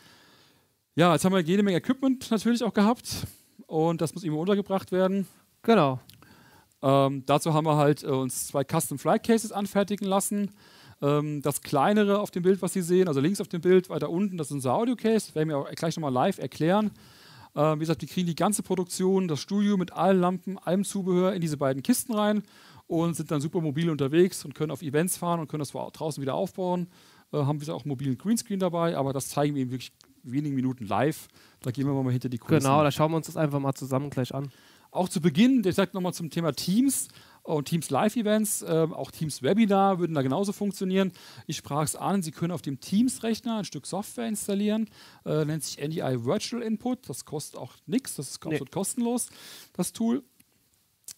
Ja, jetzt haben wir jede Menge Equipment natürlich auch gehabt und das muss immer untergebracht werden. Genau. Ähm, dazu haben wir halt äh, uns zwei Custom Flight Cases anfertigen lassen. Ähm, das kleinere auf dem Bild, was Sie sehen, also links auf dem Bild, weiter unten, das ist unser Audio Case. Das werden wir auch gleich nochmal live erklären. Äh, wie gesagt, wir kriegen die ganze Produktion, das Studio mit allen Lampen, allem Zubehör in diese beiden Kisten rein und sind dann super mobil unterwegs und können auf Events fahren und können das draußen wieder aufbauen. Äh, haben wir auch einen mobilen Greenscreen dabei, aber das zeigen wir Ihnen wirklich wenigen Minuten live. Da gehen wir mal hinter die Kulissen. Genau, da schauen wir uns das einfach mal zusammen gleich an. Auch zu Beginn, ich sage nochmal zum Thema Teams und Teams Live-Events, äh, auch Teams Webinar würden da genauso funktionieren. Ich sprach es an, Sie können auf dem Teams-Rechner ein Stück Software installieren, äh, nennt sich N D I Virtual Input, das kostet auch nichts, das ist absolut nee. kostenlos, das Tool.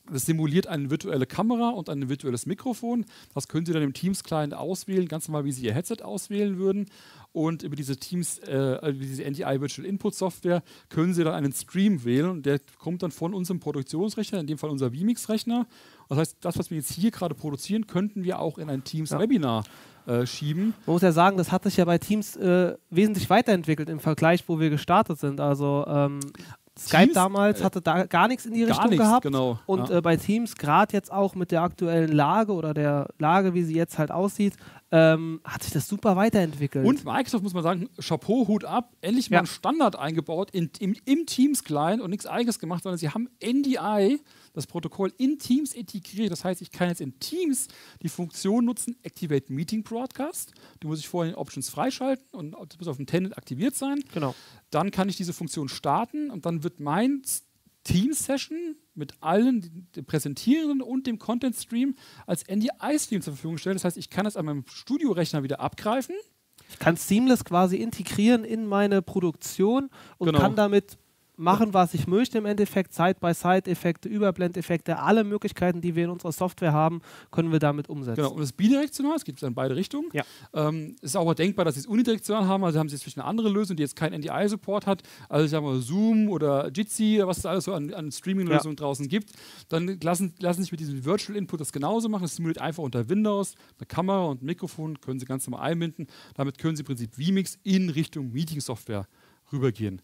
Das simuliert eine virtuelle Kamera und ein virtuelles Mikrofon. Das können Sie dann im Teams-Client auswählen, ganz normal, wie Sie Ihr Headset auswählen würden. Und über diese Teams, äh, diese N D I Virtual Input Software können Sie dann einen Stream wählen. Und der kommt dann von unserem Produktionsrechner, in dem Fall unser vMix-Rechner. Das heißt, das, was wir jetzt hier gerade produzieren, könnten wir auch in ein Teams-Webinar äh, schieben. Man muss ja sagen, das hat sich ja bei Teams äh, wesentlich weiterentwickelt im Vergleich, wo wir gestartet sind. Also ähm Skype Teams, damals hatte da gar nichts in die Richtung nichts, gehabt. Genau, und ja. äh, bei Teams, gerade jetzt auch mit der aktuellen Lage oder der Lage, wie sie jetzt halt aussieht, ähm, hat sich das super weiterentwickelt. Und Microsoft, muss man sagen, Chapeau, Hut ab, endlich mal ja. einen Standard eingebaut in, im, im Teams-Client und nichts Eigenes gemacht, sondern sie haben N D I, das Protokoll, in Teams integriert. Das heißt, ich kann jetzt in Teams die Funktion nutzen, Activate Meeting Broadcast. Die muss ich vorher in Options freischalten und das muss auf dem Tenant aktiviert sein. Genau. Dann kann ich diese Funktion starten und dann wird mein Teams-Session mit allen den Präsentierenden und dem Content-Stream als N D I-Stream zur Verfügung stellen. Das heißt, ich kann es an meinem Studiorechner wieder abgreifen. Ich kann Seamless quasi integrieren in meine Produktion und genau. kann damit machen, was ich möchte im Endeffekt. Side-by-Side-Effekte, Überblendeffekte, alle Möglichkeiten, die wir in unserer Software haben, können wir damit umsetzen. Genau, und das ist bidirektional, es gibt es in beide Richtungen. Ja. Ähm, es ist auch denkbar, dass sie es unidirektional haben, also haben sie jetzt vielleicht eine andere Lösung, die jetzt keinen N D I-Support hat, also sagen wir Zoom oder Jitsi, was es alles so an, an Streaming-Lösungen ja. draußen gibt, dann lassen, lassen sich mit diesem Virtual Input das genauso machen. Das simuliert einfach unter Windows, eine Kamera und ein Mikrofon, können Sie ganz normal einbinden. Damit können Sie im Prinzip vMix in Richtung Meeting-Software rübergehen.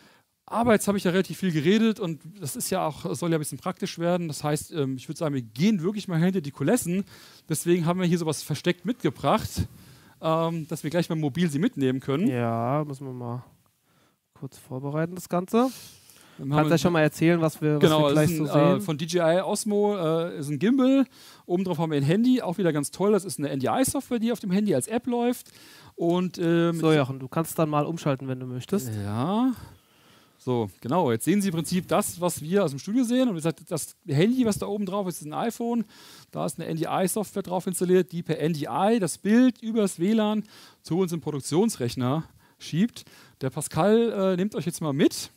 Aber jetzt habe ich ja relativ viel geredet und das ist ja auch, soll ja ein bisschen praktisch werden. Das heißt, ähm, ich würde sagen, wir gehen wirklich mal hinter die Kulissen. Deswegen haben wir hier sowas versteckt mitgebracht, ähm, dass wir gleich mal mobil sie mitnehmen können. Ja, müssen wir mal kurz vorbereiten, das Ganze. Dann kannst du ja schon mal erzählen, was wir, was genau, wir gleich ein, so sehen. Äh, von D J I Osmo äh, ist ein Gimbal. Oben drauf haben wir ein Handy, auch wieder ganz toll. Das ist eine N D I-Software, die auf dem Handy als App läuft. Und, äh, so, Jochen, du kannst dann mal umschalten, wenn du möchtest. Ja. So, genau. Jetzt sehen Sie im Prinzip das, was wir aus dem Studio sehen. Und wie gesagt, das Handy, was da oben drauf ist, ist ein iPhone. Da ist eine N D I-Software drauf installiert, die per N D I das Bild übers W L A N zu unserem Produktionsrechner schiebt. Der Pascal äh, nimmt euch jetzt mal mit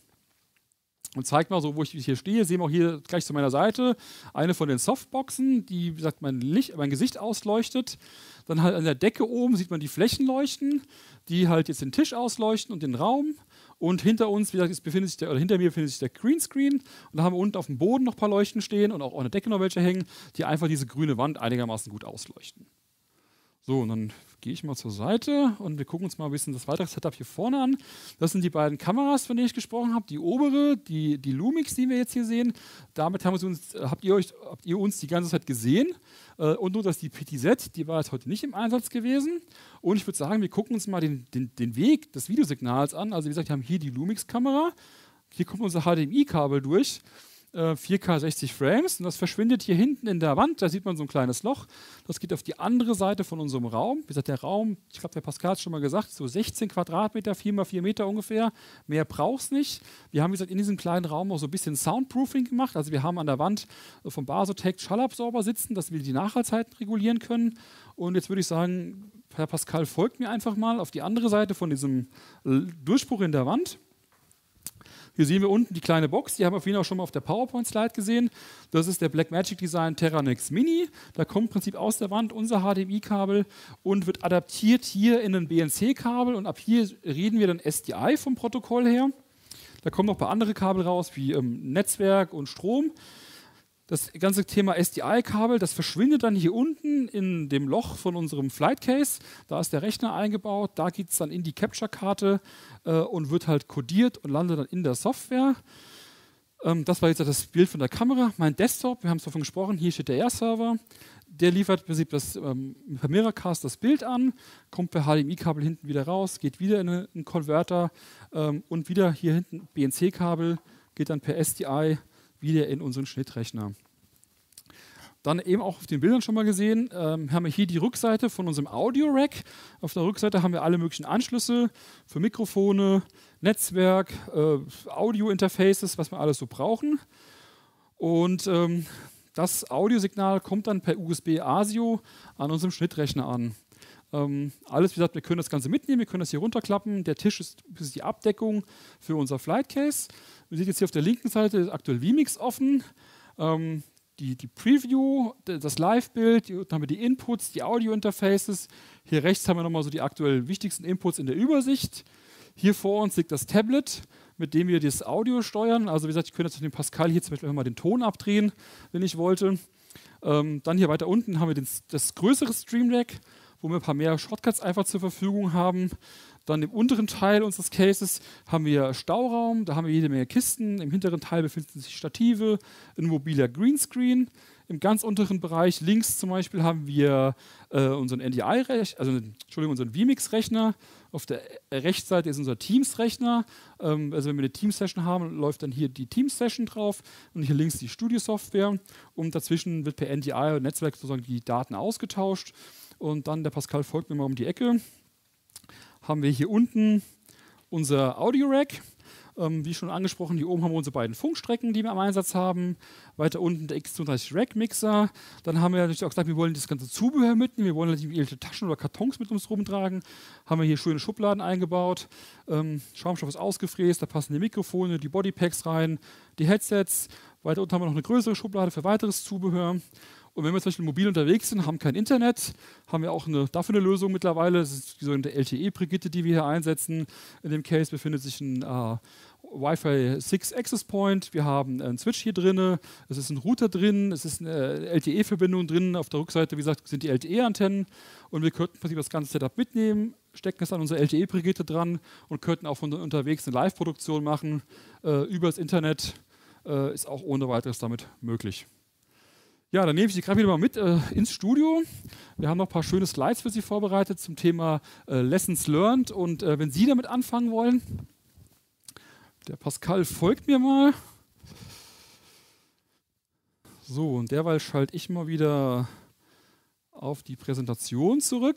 und zeigt mal so, wo ich hier stehe. Sehen wir auch hier gleich zu meiner Seite eine von den Softboxen, die, wie gesagt, mein, Licht, mein Gesicht ausleuchtet. Dann halt an der Decke oben sieht man die Flächen leuchten, die halt jetzt den Tisch ausleuchten und den Raum. Und hinter uns, wie gesagt, ist, befindet sich der, oder hinter mir befindet sich der Greenscreen. Und da haben wir unten auf dem Boden noch ein paar Leuchten stehen und auch an der Decke noch welche hängen, die einfach diese grüne Wand einigermaßen gut ausleuchten. So, und dann gehe ich mal zur Seite und wir gucken uns mal ein bisschen das weitere Setup hier vorne an. Das sind die beiden Kameras, von denen ich gesprochen habe. Die obere, die, die Lumix, die wir jetzt hier sehen. Damit haben wir uns, habt, ihr euch, habt ihr uns die ganze Zeit gesehen. Äh, und nur, dass die P T Z, die war jetzt heute nicht im Einsatz gewesen. Und ich würde sagen, wir gucken uns mal den, den, den Weg des Videosignals an. Also wie gesagt, wir haben hier die Lumix-Kamera. Hier kommt unser H D M I-Kabel durch. vier K sechzig Frames und das verschwindet hier hinten in der Wand, da sieht man so ein kleines Loch, das geht auf die andere Seite von unserem Raum. Wie gesagt, der Raum, ich glaube, der Pascal hat es schon mal gesagt, so sechzehn Quadratmeter, vier mal vier Meter ungefähr, mehr braucht es nicht. Wir haben, wie gesagt, in diesem kleinen Raum auch so ein bisschen Soundproofing gemacht, also wir haben an der Wand vom Basotec Schallabsorber sitzen, dass wir die Nachhaltzeiten regulieren können und jetzt würde ich sagen, Herr Pascal folgt mir einfach mal auf die andere Seite von diesem Durchbruch in der Wand. Hier sehen wir unten die kleine Box, die haben wir vorhin auch schon mal auf der PowerPoint-Slide gesehen. Das ist der Blackmagic Design Terranex Mini. Da kommt im Prinzip aus der Wand unser H D M I-Kabel und wird adaptiert hier in ein B N C-Kabel. Und ab hier reden wir dann S D I vom Protokoll her. Da kommen noch ein paar andere Kabel raus, wie ähm, Netzwerk und Strom. Das ganze Thema S D I-Kabel, das verschwindet dann hier unten in dem Loch von unserem Flight Case. Da ist der Rechner eingebaut, da geht es dann in die Capture-Karte äh, und wird halt codiert und landet dann in der Software. Ähm, das war jetzt das Bild von der Kamera. Mein Desktop, wir haben es davon gesprochen, hier steht der Air-Server. Der liefert im Prinzip das, ähm, per Miracast das Bild an, kommt per H D M I-Kabel hinten wieder raus, geht wieder in einen Konverter ähm, und wieder hier hinten B N C-Kabel, geht dann per S D I wieder in unseren Schnittrechner. Dann eben auch auf den Bildern schon mal gesehen, ähm, haben wir hier die Rückseite von unserem Audio-Rack. Auf der Rückseite haben wir alle möglichen Anschlüsse für Mikrofone, Netzwerk, äh, Audio-Interfaces, was wir alles so brauchen. Und ähm, das Audiosignal kommt dann per U S B ASIO an unserem Schnittrechner an. Ähm, alles, wie gesagt, wir können das Ganze mitnehmen, wir können das hier runterklappen. Der Tisch ist, ist die Abdeckung für unser Flight Case. Ihr seht jetzt hier auf der linken Seite ist aktuell vMix offen. Ähm, die, die Preview, das Live-Bild, hier unten haben wir die Inputs, die Audio-Interfaces. Hier rechts haben wir nochmal so die aktuell wichtigsten Inputs in der Übersicht. Hier vor uns liegt das Tablet, mit dem wir das Audio steuern. Also wie gesagt, ich könnte jetzt mit dem Pascal hier zum Beispiel mal den Ton abdrehen, wenn ich wollte. Ähm, dann hier weiter unten haben wir den, das größere Stream Deck, wo wir ein paar mehr Shortcuts einfach zur Verfügung haben. Dann im unteren Teil unseres Cases haben wir Stauraum, da haben wir jede Menge Kisten. Im hinteren Teil befinden sich Stative, ein mobiler Greenscreen. Im ganz unteren Bereich links zum Beispiel haben wir äh, unseren N D I-Rechner, also Entschuldigung, unseren vMix-Rechner. Auf der Rechtsseite ist unser Teams-Rechner. Ähm, also wenn wir eine Teams-Session haben, läuft dann hier die Teams-Session drauf und hier links die Studio-Software. Und dazwischen wird per N D I und Netzwerk sozusagen die Daten ausgetauscht. Und dann der Pascal folgt mir mal um die Ecke. Haben wir hier unten unser Audio-Rack. Ähm, wie schon angesprochen, hier oben haben wir unsere beiden Funkstrecken, die wir im Einsatz haben. Weiter unten der X zweiunddreißig Rack Mixer. Dann haben wir natürlich auch gesagt, wir wollen das ganze Zubehör mitnehmen. Wir wollen natürlich irgendwelche Taschen oder Kartons mit uns rumtragen. Haben wir hier schöne Schubladen eingebaut. Ähm, Schaumstoff ist ausgefräst, da passen die Mikrofone, die Bodypacks rein, die Headsets. Weiter unten haben wir noch eine größere Schublade für weiteres Zubehör. Und wenn wir zum Beispiel mobil unterwegs sind, haben kein Internet, haben wir auch eine, dafür eine Lösung mittlerweile. Das ist die sogenannte L T E-Brigitte, die wir hier einsetzen. In dem Case befindet sich ein äh, Wi-Fi six Access Point. Wir haben einen Switch hier drin, es ist ein Router drin, es ist eine L T E-Verbindung drin. Auf der Rückseite, wie gesagt, sind die L T E-Antennen. Und wir könnten das ganze Setup mitnehmen, stecken es an unsere L T E-Brigitte dran und könnten auch von unterwegs eine Live-Produktion machen. Äh, übers Internet äh, ist auch ohne weiteres damit möglich. Ja, dann nehme ich Sie gerade wieder mal mit äh, ins Studio. Wir haben noch ein paar schöne Slides für Sie vorbereitet zum Thema äh, Lessons Learned. Und äh, wenn Sie damit anfangen wollen, der Pascal folgt mir mal. So, und derweil schalte ich mal wieder auf die Präsentation zurück.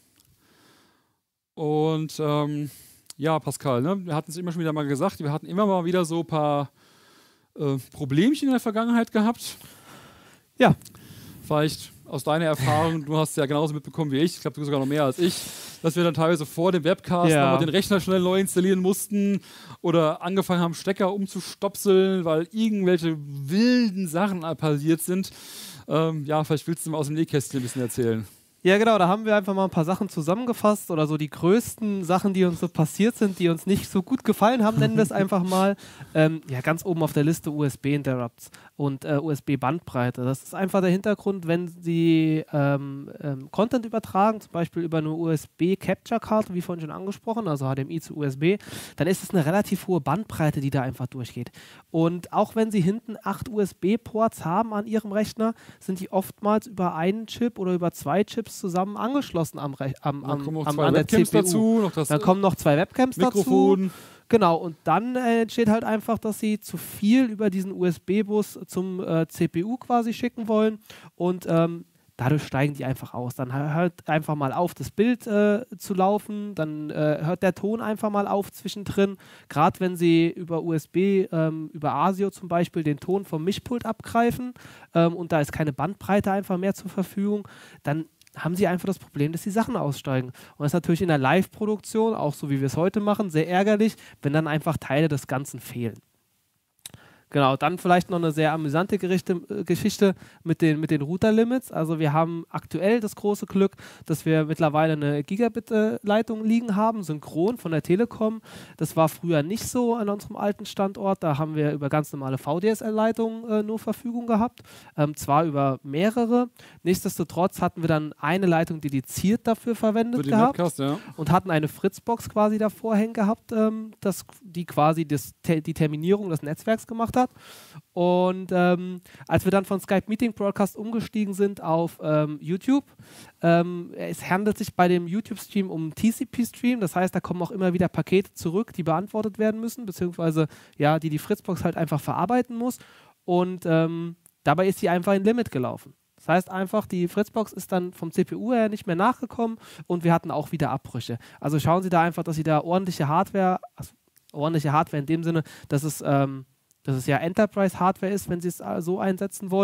Und ähm, ja, Pascal, ne, wir hatten es immer schon wieder mal gesagt, wir hatten immer mal wieder so ein paar äh, Problemchen in der Vergangenheit gehabt. Ja. Vielleicht aus deiner Erfahrung, du hast es ja genauso mitbekommen wie ich, ich glaube, du sogar noch mehr als ich, dass wir dann teilweise vor dem Webcast ja. nochmal den Rechner schnell neu installieren mussten oder angefangen haben, Stecker umzustopseln, weil irgendwelche wilden Sachen passiert sind. Ähm, ja, vielleicht willst du mal aus dem Nähkästchen ein bisschen erzählen. Ja, genau, da haben wir einfach mal ein paar Sachen zusammengefasst oder so die größten Sachen, die uns so passiert sind, die uns nicht so gut gefallen haben, nennen wir es einfach mal. Ähm, ja, ganz oben auf der Liste U S B-Interrupts und äh, U S B-Bandbreite. Das ist einfach der Hintergrund, wenn Sie ähm, ähm, Content übertragen, zum Beispiel über eine U S B-Capture-Karte, wie vorhin schon angesprochen, also H D M I zu U S B, dann ist es eine relativ hohe Bandbreite, die da einfach durchgeht. Und auch wenn Sie hinten acht U S B-Ports haben an Ihrem Rechner, sind die oftmals über einen Chip oder über zwei Chips zusammen angeschlossen am, Re am, am, kommen noch am zwei an der Webcams C P U. dazu, noch das dann kommen noch zwei Webcams Mikrofon. dazu. Genau, und dann äh, entsteht halt einfach, dass sie zu viel über diesen U S B-Bus zum äh, C P U quasi schicken wollen und ähm, dadurch steigen die einfach aus. Dann hört einfach mal auf, das Bild äh, zu laufen, dann äh, hört der Ton einfach mal auf zwischendrin. Gerade wenn Sie über U S B, ähm, über ASIO zum Beispiel, den Ton vom Mischpult abgreifen ähm, und da ist keine Bandbreite einfach mehr zur Verfügung, dann haben Sie einfach das Problem, dass die Sachen aussteigen. Und das ist natürlich in der Live-Produktion, auch so wie wir es heute machen, sehr ärgerlich, wenn dann einfach Teile des Ganzen fehlen. Genau, dann vielleicht noch eine sehr amüsante Gerichte, äh, Geschichte mit den, mit den Router-Limits. Also wir haben aktuell das große Glück, dass wir mittlerweile eine Gigabit-Leitung liegen haben, synchron von der Telekom. Das war früher nicht so an unserem alten Standort. Da haben wir über ganz normale V D S L-Leitungen äh, nur Verfügung gehabt. Ähm, zwar über mehrere. Nichtsdestotrotz hatten wir dann eine Leitung dediziert dafür verwendet Für den gehabt. Webcast, ja. Und hatten eine Fritzbox quasi davor hängen gehabt, ähm, das, die quasi das, te die Terminierung des Netzwerks gemacht hat. Und ähm, als wir dann von Skype Meeting Broadcast umgestiegen sind auf ähm, YouTube, ähm, es handelt sich bei dem YouTube-Stream um T C P-Stream, das heißt, da kommen auch immer wieder Pakete zurück, die beantwortet werden müssen, beziehungsweise ja, die die Fritzbox halt einfach verarbeiten muss. Und ähm, dabei ist sie einfach in Limit gelaufen. Das heißt einfach, die Fritzbox ist dann vom C P U her nicht mehr nachgekommen und wir hatten auch wieder Abbrüche. Also schauen Sie da einfach, dass Sie da ordentliche Hardware, also ordentliche Hardware in dem Sinne, dass es, ähm, dass es ja Enterprise-Hardware ist, wenn Sie es so einsetzen wollen,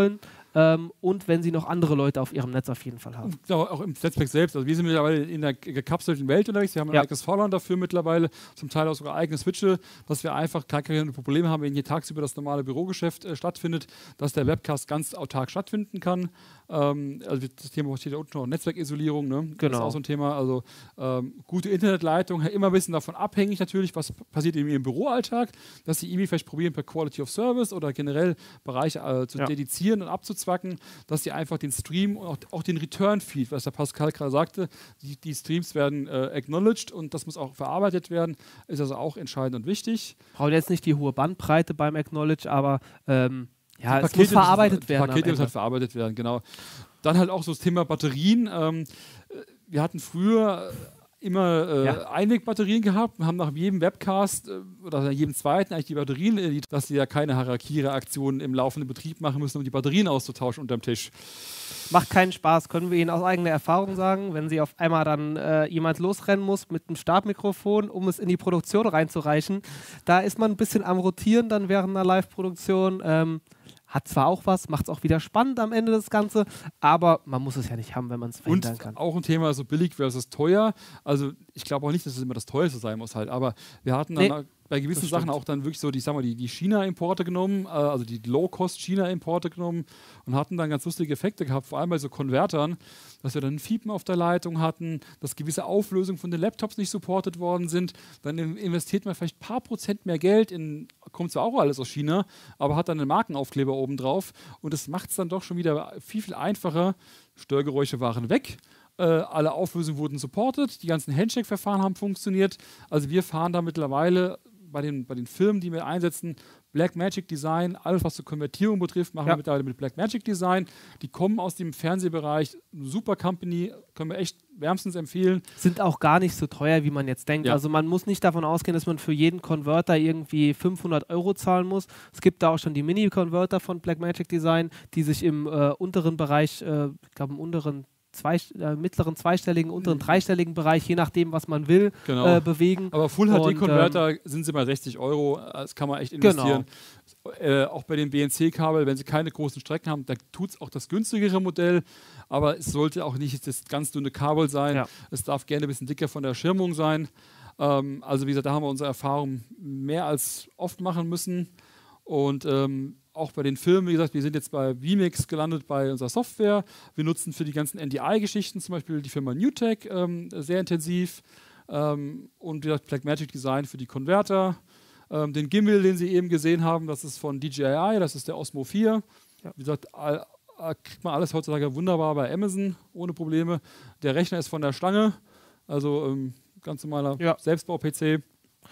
ähm, und wenn sie noch andere Leute auf ihrem Netz auf jeden Fall haben. Genau, auch im Netzwerk selbst. Also wir sind mittlerweile in einer gekapselten Welt unterwegs. Wir haben ein Ja. eigenes V LAN dafür mittlerweile, zum Teil auch sogar eigene Switche, dass wir einfach gar keine Probleme haben, wenn hier tagsüber das normale Bürogeschäft äh, stattfindet, dass der Webcast ganz autark stattfinden kann. Ähm, also das Thema steht da unten noch, Netzwerkisolierung, ne? Das Genau. ist auch so ein Thema. Also ähm, gute Internetleitung, immer ein bisschen davon abhängig natürlich, was passiert in ihrem Büroalltag, dass sie irgendwie vielleicht probieren, per Quality of Service oder generell Bereiche äh, zu Ja. dedizieren und abzuzwacken, dass sie einfach den Stream und auch, auch den Return-Feed, was der Pascal gerade sagte, die, die Streams werden äh, acknowledged und das muss auch verarbeitet werden, ist also auch entscheidend und wichtig. Braucht jetzt nicht die hohe Bandbreite beim Acknowledge, aber ähm, ja, Die es muss Pakete verarbeitet müssen, werden. Die Pakete am müssen halt Ende. verarbeitet werden, genau. Dann halt auch so das Thema Batterien. Ähm, wir hatten früher immer äh, Ja. Einwegbatterien gehabt und haben nach jedem Webcast äh, oder nach jedem zweiten eigentlich die Batterien, äh, dass sie ja keine Hierarchiereaktionen im laufenden Betrieb machen müssen, um die Batterien auszutauschen unterm Tisch. Macht keinen Spaß, können wir Ihnen aus eigener Erfahrung sagen, wenn Sie auf einmal dann äh, jemand losrennen muss mit einem Stabmikrofon, um es in die Produktion reinzureichen. Da ist man ein bisschen am Rotieren dann während einer Live-Produktion. Ähm, hat zwar auch was, macht es auch wieder spannend am Ende das Ganze, aber man muss es ja nicht haben, wenn man es verhindern Und kann. auch ein Thema so billig versus teuer. Also ich glaube auch nicht, dass es immer das teuerste sein muss halt, aber wir hatten dann Nee, mal bei gewissen das Sachen stimmt. auch dann wirklich so, die, sag mal, die, die China-Importe genommen, äh, also die Low-Cost-China-Importe genommen und hatten dann ganz lustige Effekte gehabt, vor allem bei so Konvertern, dass wir dann ein Fiepen auf der Leitung hatten, dass gewisse Auflösungen von den Laptops nicht supportet worden sind. Dann in- investiert man vielleicht ein paar Prozent mehr Geld in, kommt zwar auch alles aus China, aber hat dann einen Markenaufkleber oben drauf und das macht es dann doch schon wieder viel, viel einfacher. Störgeräusche waren weg. Äh, alle Auflösungen wurden supported, die ganzen Handshake-Verfahren haben funktioniert. Also wir fahren da mittlerweile bei den, bei den Firmen, die wir einsetzen, Blackmagic Design, alles was so Konvertierung betrifft, machen Ja. wir mittlerweile mit Blackmagic Design. Die kommen aus dem Fernsehbereich, super Company, können wir echt wärmstens empfehlen. Sind auch gar nicht so teuer, wie man jetzt denkt. Ja. Also man muss nicht davon ausgehen, dass man für jeden Konverter irgendwie fünfhundert Euro zahlen muss. Es gibt da auch schon die Mini-Konverter von Blackmagic Design, die sich im äh, unteren Bereich, äh, ich glaube im unteren Zwei, äh, mittleren zweistelligen, unteren dreistelligen Bereich, je nachdem, was man will, Genau. äh, bewegen. Aber Full Und, H D-Konverter sind sie bei sechzig Euro, das kann man echt investieren. Äh, auch bei den B N C-Kabel, wenn sie keine großen Strecken haben, da tut es auch das günstigere Modell, aber es sollte auch nicht das ganz dünne Kabel sein. Ja. Es darf gerne ein bisschen dicker von der Schirmung sein. Ähm, also wie gesagt, da haben wir unsere Erfahrung mehr als oft machen müssen. Und ähm, auch bei den Filmen, wie gesagt, wir sind jetzt bei vMix gelandet bei unserer Software. Wir nutzen für die ganzen N D I-Geschichten zum Beispiel die Firma NewTek ähm, sehr intensiv. Ähm, und wie gesagt, Blackmagic Design für die Konverter. Ähm, den Gimbal, den Sie eben gesehen haben, das ist von D J I, das ist der Osmo vier. Ja. Wie gesagt, all, all, kriegt man alles heutzutage wunderbar bei Amazon, ohne Probleme. Der Rechner ist von der Stange, also ähm, ganz normaler Ja. Selbstbau-P C.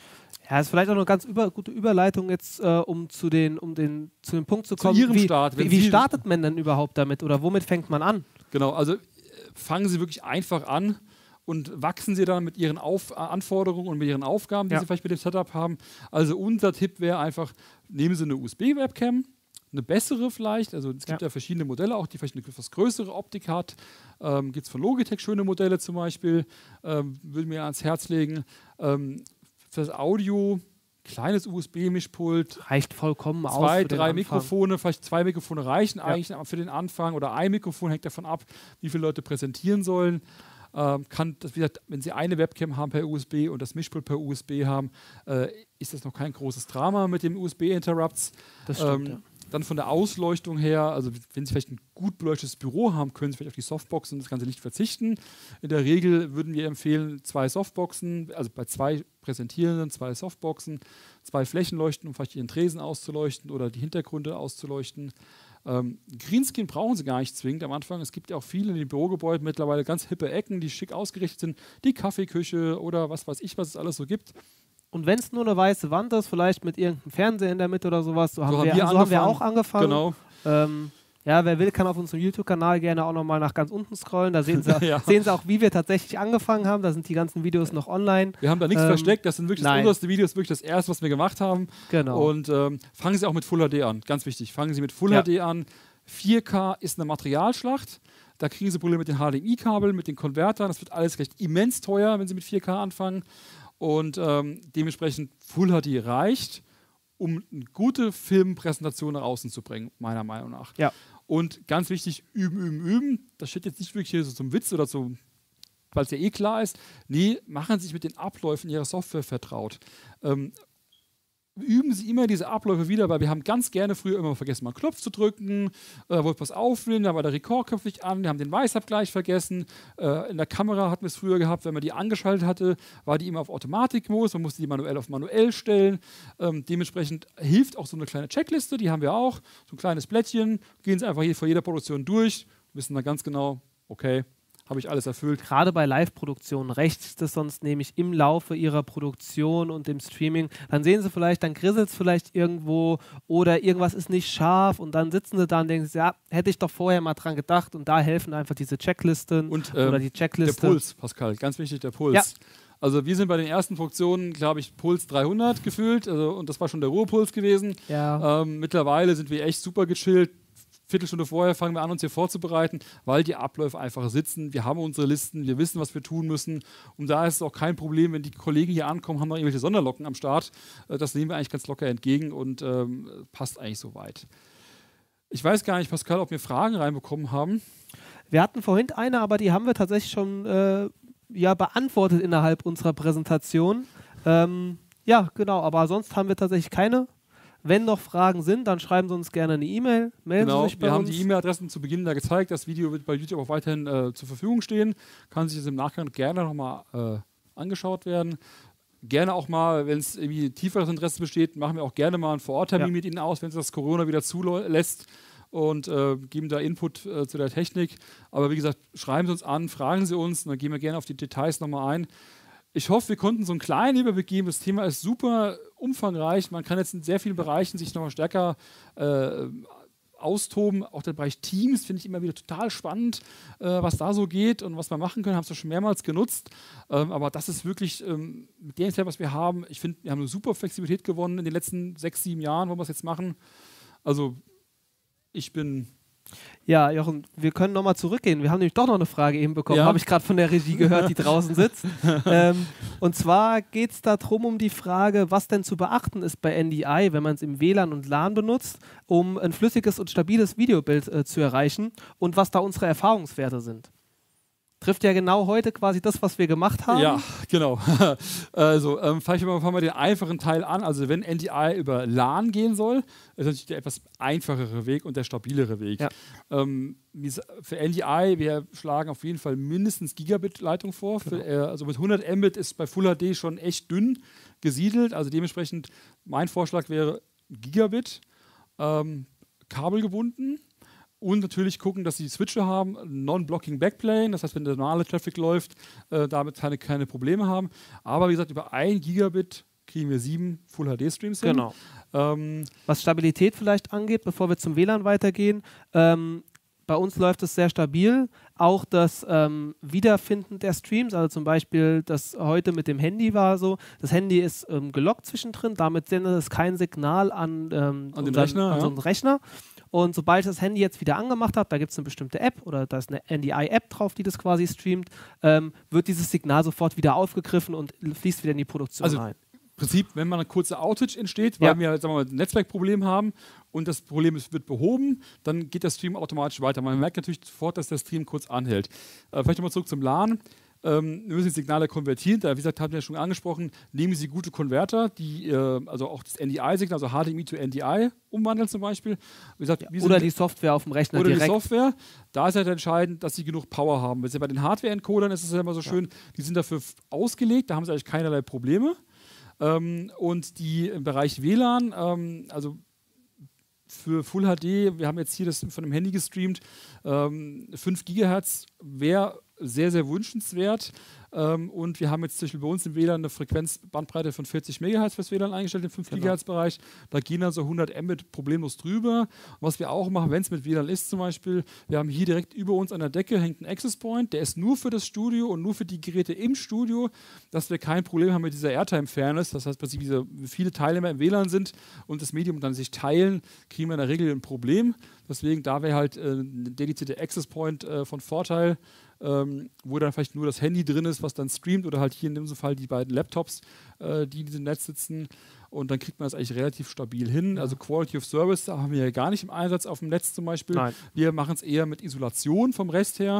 Ja, ist vielleicht auch eine ganz über, gute Überleitung jetzt, äh, um, zu den, um den, zu dem Punkt zu Zu kommen. Ihrem wie, Start, wenn Wie, wie Sie- startet man denn überhaupt damit oder womit fängt man an? Genau, also äh, fangen Sie wirklich einfach an und wachsen Sie dann mit Ihren Auf äh, Anforderungen und mit Ihren Aufgaben, die Ja. Sie vielleicht mit dem Setup haben. Also unser Tipp wäre einfach, nehmen Sie eine U S B-Webcam, eine bessere vielleicht, also es gibt Ja. ja verschiedene Modelle, auch die vielleicht eine etwas größere Optik hat. Ähm, gibt es von Logitech schöne Modelle zum Beispiel, ähm, würde mir ans Herz legen. Ähm, für das Audio, kleines U S B-Mischpult, Reicht vollkommen aus. zwei, für den drei Anfang. Mikrofone, vielleicht zwei Mikrofone reichen Ja. eigentlich für den Anfang oder ein Mikrofon, hängt davon ab, wie viele Leute präsentieren sollen. Ähm, kann das, wie gesagt, wenn Sie eine Webcam haben per U S B und das Mischpult per U S B haben, äh, ist das noch kein großes Drama mit dem U S B-Interrupts. Das stimmt, Ähm, ja. Dann von der Ausleuchtung her, also wenn Sie vielleicht ein gut beleuchtetes Büro haben, können Sie vielleicht auf die Softboxen das Ganze nicht verzichten. In der Regel würden wir empfehlen, zwei Softboxen, also bei zwei Präsentierenden zwei Softboxen, zwei Flächenleuchten, um vielleicht Ihren Tresen auszuleuchten oder die Hintergründe auszuleuchten. Ähm, Greenscreen brauchen Sie gar nicht zwingend am Anfang. Es gibt ja auch viele in den Bürogebäuden mittlerweile ganz hippe Ecken, die schick ausgerichtet sind. Die Kaffeeküche oder was weiß ich, was es alles so gibt. Und wenn es nur eine weiße Wand ist, vielleicht mit irgendeinem Fernseher in der Mitte oder sowas, so haben, haben wir, wir so haben wir angefangen. auch angefangen. Genau. Ähm, ja, wer will, kann auf unserem YouTube-Kanal gerne auch nochmal nach ganz unten scrollen. Da sehen Sie, Ja. sehen Sie auch, wie wir tatsächlich angefangen haben. Da sind die ganzen Videos noch online. Wir haben da nichts Ähm, versteckt. Das sind wirklich das nein. unterste Video, das ist wirklich das erste, was wir gemacht haben. Genau. Und ähm, fangen Sie auch mit Full H D an. Ganz wichtig. Fangen Sie mit Full Ja. H D an. vier K ist eine Materialschlacht. Da kriegen Sie Probleme mit den H D M I-Kabeln, mit den Konvertern. Das wird alles recht immens teuer, wenn Sie mit vier K anfangen. Und ähm, dementsprechend Full H D reicht, um eine gute Filmpräsentation nach außen zu bringen, meiner Meinung nach. Ja. Und ganz wichtig, üben, üben, üben. Das steht jetzt nicht wirklich hier so zum Witz oder zum, weil es ja eh klar ist. Nee, machen Sie sich mit den Abläufen Ihrer Software vertraut. Ähm, üben Sie immer diese Abläufe wieder, weil wir haben ganz gerne früher immer vergessen, mal einen Knopf zu drücken, äh, wollte was aufnehmen, da war der Rekordknopf nicht an, wir haben den Weißabgleich vergessen. Äh, in der Kamera hatten wir es früher gehabt, wenn man die angeschaltet hatte, war die immer auf Automatikmodus, man musste die manuell auf manuell stellen. Ähm, dementsprechend hilft auch so eine kleine Checkliste, die haben wir auch, so ein kleines Blättchen, gehen Sie einfach hier vor jeder Produktion durch, wissen dann ganz genau, okay, habe ich alles erfüllt. Gerade bei Live-Produktionen rächt es sonst nämlich im Laufe ihrer Produktion und dem Streaming. Dann sehen sie vielleicht, dann grisselt es vielleicht irgendwo oder irgendwas ist nicht scharf und dann sitzen sie da und denken, ja, hätte ich doch vorher mal dran gedacht und da helfen einfach diese Checklisten und, ähm, oder die Checkliste. Der Puls, Pascal, ganz wichtig, der Puls. Ja. Also wir sind bei den ersten Funktionen, glaube ich, Puls dreihundert gefühlt, also, und das war schon der Ruhepuls gewesen. Ja. Ähm, mittlerweile sind wir echt super gechillt. Viertelstunde vorher fangen wir an, uns hier vorzubereiten, weil die Abläufe einfach sitzen. Wir haben unsere Listen, wir wissen, was wir tun müssen. Und da ist es auch kein Problem, wenn die Kollegen hier ankommen, haben noch irgendwelche Sonderlocken am Start. Das nehmen wir eigentlich ganz locker entgegen und ähm, passt eigentlich soweit. Ich weiß gar nicht, Pascal, ob wir Fragen reinbekommen haben. Wir hatten vorhin eine, aber die haben wir tatsächlich schon äh, ja, beantwortet innerhalb unserer Präsentation. Ähm, ja, genau, aber sonst haben wir tatsächlich keine. Wenn noch Fragen sind, dann schreiben Sie uns gerne eine E-Mail, melden genau, Sie sich bei wir uns. haben die E-Mail-Adressen zu Beginn da gezeigt. Das Video wird bei YouTube auch weiterhin äh, zur Verfügung stehen. Kann sich das im Nachgang gerne nochmal äh, angeschaut werden. Gerne auch mal, wenn es irgendwie tieferes Interesse besteht, machen wir auch gerne mal einen Vor-Ort-Termin ja. mit Ihnen aus, wenn es das Corona wieder zulässt und äh, geben da Input äh, zu der Technik. Aber wie gesagt, schreiben Sie uns an, fragen Sie uns und dann gehen wir gerne auf die Details nochmal ein. Ich hoffe, wir konnten so einen kleinen Überblick geben. Das Thema ist super umfangreich. Man kann jetzt in sehr vielen Bereichen sich nochmal stärker äh, austoben. Auch der Bereich Teams finde ich immer wieder total spannend, äh, was da so geht und was wir machen können. Haben es ja schon mehrmals genutzt. Ähm, aber das ist wirklich ähm, mit dem, was wir haben. Ich finde, wir haben eine super Flexibilität gewonnen in den letzten sechs, sieben Jahren, wo wir es jetzt machen. Also ich bin... Ja, Jochen, wir können nochmal zurückgehen. Wir haben nämlich doch noch eine Frage eben bekommen, ja. habe ich gerade von der Regie gehört, die draußen sitzt. ähm, und zwar geht es darum, um die Frage, was denn zu beachten ist bei N D I, wenn man es im W L A N und LAN benutzt, um ein flüssiges und stabiles Videobild äh, zu erreichen und was da unsere Erfahrungswerte sind. Trifft ja genau heute quasi das, was wir gemacht haben. Ja, genau. Also ähm, vielleicht fangen wir den einfachen Teil an. Also wenn N D I über LAN gehen soll, ist natürlich der etwas einfachere Weg und der stabilere Weg. Ja. Ähm, für N D I, wir schlagen auf jeden Fall mindestens Gigabit-Leitung vor. Genau. Für, äh, also mit hundert Mbit ist bei Full H D schon echt dünn gesiedelt. Also dementsprechend mein Vorschlag wäre Gigabit, ähm, kabelgebunden. Und natürlich gucken, dass sie die Switche haben, Non-Blocking Backplane, das heißt, wenn der normale Traffic läuft, äh, damit keine, keine Probleme haben. Aber wie gesagt, über ein Gigabit kriegen wir sieben Full H D-Streams hin. Genau. Ähm, Was Stabilität vielleicht angeht, bevor wir zum W L A N weitergehen, ähm, bei uns läuft es sehr stabil. Auch das ähm, Wiederfinden der Streams, also zum Beispiel das heute mit dem Handy war so, das Handy ist ähm, gelockt zwischendrin, damit sendet es kein Signal an, ähm, an den unseren, Rechner. an Ja. so einen Rechner. Und sobald ich das Handy jetzt wieder angemacht habe, da gibt es eine bestimmte App oder da ist eine N D I-App drauf, die das quasi streamt, ähm, wird dieses Signal sofort wieder aufgegriffen und fließt wieder in die Produktion also ein. Im Prinzip, wenn man eine kurze Outage entsteht, weil Ja. wir sagen wir mal, ein Netzwerkproblem haben und das Problem ist, wird behoben, dann geht der Stream automatisch weiter. Man merkt natürlich sofort, dass der Stream kurz anhält. Äh, vielleicht nochmal zurück zum LAN. Ähm, wir müssen die Signale konvertieren. Da, wie gesagt, haben wir ja schon angesprochen, nehmen Sie gute Konverter, die äh, also auch das N D I-Signal, also H D M I zu N D I umwandeln zum Beispiel. Wie gesagt, Ja, wir oder sind, die Software auf dem Rechner oder direkt. die Software. Da ist halt entscheidend, dass sie genug Power haben. Jetzt bei den Hardware-Encodern ist es ja immer so schön, ja. die sind dafür ausgelegt, da haben sie eigentlich keinerlei Probleme. Ähm, und die im Bereich W L A N, ähm, also für Full H D, wir haben jetzt hier das von dem Handy gestreamt, ähm, fünf Gigahertz wäre sehr, sehr wünschenswert. Ähm, und wir haben jetzt zum Beispiel bei uns im W L A N eine Frequenzbandbreite von vierzig Megahertz fürs W L A N eingestellt, im fünf Gigahertz-Bereich. Da gehen dann so hundert Mbit problemlos drüber. Und was wir auch machen, wenn es mit W L A N ist zum Beispiel, wir haben hier direkt über uns an der Decke hängt ein Access Point, der ist nur für das Studio und nur für die Geräte im Studio, dass wir kein Problem haben mit dieser Airtime-Fairness. Das heißt, dass diese viele Teilnehmer im W L A N sind und das Medium dann sich teilen, kriegen wir in der Regel ein Problem. Deswegen, da wäre halt äh, ein dedizierter Access Point äh, von Vorteil, ähm, wo dann vielleicht nur das Handy drin ist, was dann streamt oder halt hier in diesem Fall die beiden Laptops, äh, die in diesem Netz sitzen. und dann kriegt man das eigentlich relativ stabil hin. Ja. Also Quality of Service da haben wir ja gar nicht im Einsatz auf dem Netz zum Beispiel. Nein. Wir machen es eher mit Isolation vom Rest her.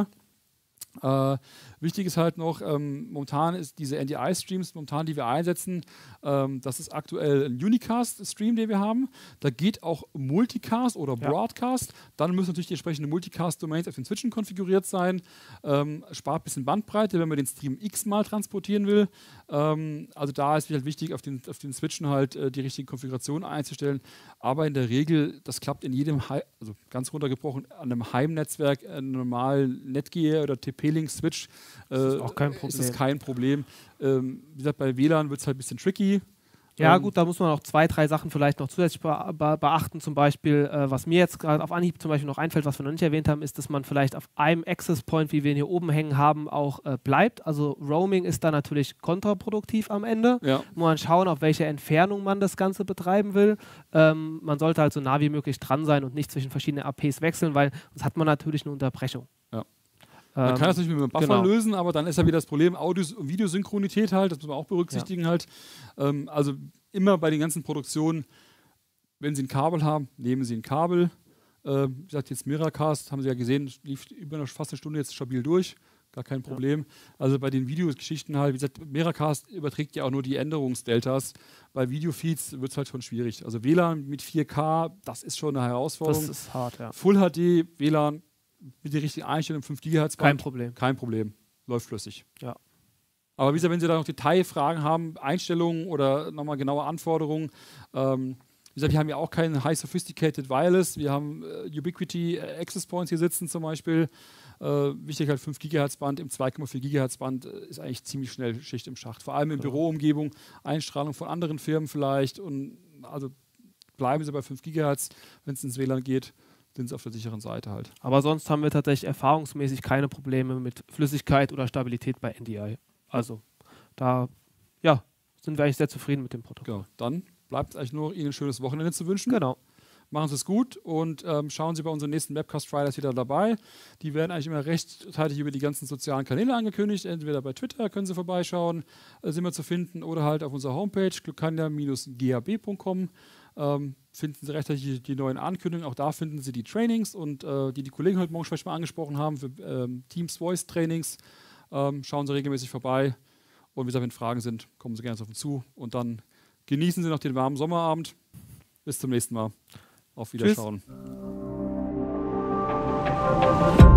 Äh, wichtig ist halt noch, ähm, momentan ist diese N D I-Streams, momentan, die wir einsetzen, ähm, das ist aktuell ein Unicast-Stream, den wir haben. Da geht auch Multicast oder Ja. Broadcast. Dann müssen natürlich die entsprechenden Multicast-Domains auf den Switchen konfiguriert sein. Ähm, spart ein bisschen Bandbreite, wenn man den Stream x-mal transportieren will. Ähm, also da ist halt wichtig, auf den, auf den Switchen halt äh, die richtige Konfiguration einzustellen. Aber in der Regel, das klappt in jedem, He also ganz runtergebrochen, an einem Heimnetzwerk, einem normalen Netgear oder T P-Link-Switch, äh, Das ist auch kein Problem. ist das kein Problem. Ähm, wie gesagt, bei W L A N wird es halt ein bisschen tricky. Ja, ähm, gut, da muss man auch zwei, drei Sachen vielleicht noch zusätzlich be be beachten. Zum Beispiel, äh, was mir jetzt gerade auf Anhieb zum Beispiel noch einfällt, was wir noch nicht erwähnt haben, ist, dass man vielleicht auf einem Access Point, wie wir ihn hier oben hängen haben, auch äh, bleibt. Also Roaming ist da natürlich kontraproduktiv am Ende. Ja. Muss man schauen, auf welche Entfernung man das Ganze betreiben will. Ähm, man sollte halt so nah wie möglich dran sein und nicht zwischen verschiedenen A Ps wechseln, weil sonst hat man natürlich eine Unterbrechung. Ja. Man kann das natürlich mit einem Buffer genau. lösen, aber dann ist ja wieder das Problem Audio- und Videosynchronität halt, das muss man auch berücksichtigen Ja. halt. Ähm, also immer bei den ganzen Produktionen, wenn Sie ein Kabel haben, nehmen Sie ein Kabel. Äh, wie gesagt, jetzt Miracast, haben Sie ja gesehen, lief über eine, fast eine Stunde jetzt stabil durch, gar kein Problem. Ja. Also bei den Videogeschichten halt, wie gesagt, Miracast überträgt ja auch nur die Änderungsdeltas. Bei Videofeeds wird es halt schon schwierig. Also W L A N mit vier K, das ist schon eine Herausforderung. Das ist hart, ja. Full H D, W L A N, mit der richtigen Einstellung, fünf Gigahertz Band. Kein Problem. Kein Problem. Läuft flüssig. Ja. Aber wie gesagt, wenn Sie da noch Detailfragen haben, Einstellungen oder nochmal genaue Anforderungen, ähm, wie gesagt, wir haben ja auch keinen High Sophisticated Wireless. Wir haben äh, Ubiquiti äh, Access Points hier sitzen zum Beispiel. Äh, wichtig halt fünf Gigahertz Band. Im zwei Komma vier Gigahertz Band äh, ist eigentlich ziemlich schnell Schicht im Schacht. Vor allem in Genau. Büroumgebung, Einstrahlung von anderen Firmen vielleicht. Und also bleiben Sie bei fünf Gigahertz, wenn es ins W L A N geht. Sind sie auf der sicheren Seite halt. Aber sonst haben wir tatsächlich erfahrungsmäßig keine Probleme mit Flüssigkeit oder Stabilität bei N D I. Also da ja, sind wir eigentlich sehr zufrieden mit dem Produkt. Genau. Dann bleibt es eigentlich nur, Ihnen ein schönes Wochenende zu wünschen. Genau. Machen Sie es gut und ähm, schauen Sie bei unseren nächsten Webcast Fridays wieder dabei. Die werden eigentlich immer rechtzeitig über die ganzen sozialen Kanäle angekündigt. Entweder bei Twitter können Sie vorbeischauen, äh, sind wir zu finden, oder halt auf unserer Homepage glucandia Bindestrich g a b Punkt com. Ähm, finden Sie rechtzeitig die, die neuen Ankündigungen. Auch da finden Sie die Trainings und äh, die die Kollegen heute Morgen vielleicht mal angesprochen haben für ähm, Teams Voice Trainings. Ähm, schauen Sie regelmäßig vorbei. Und wie gesagt, wenn Fragen sind, kommen Sie gerne auf uns zu. Und dann genießen Sie noch den warmen Sommerabend. Bis zum nächsten Mal. Auf Wiederschauen. Tschüss.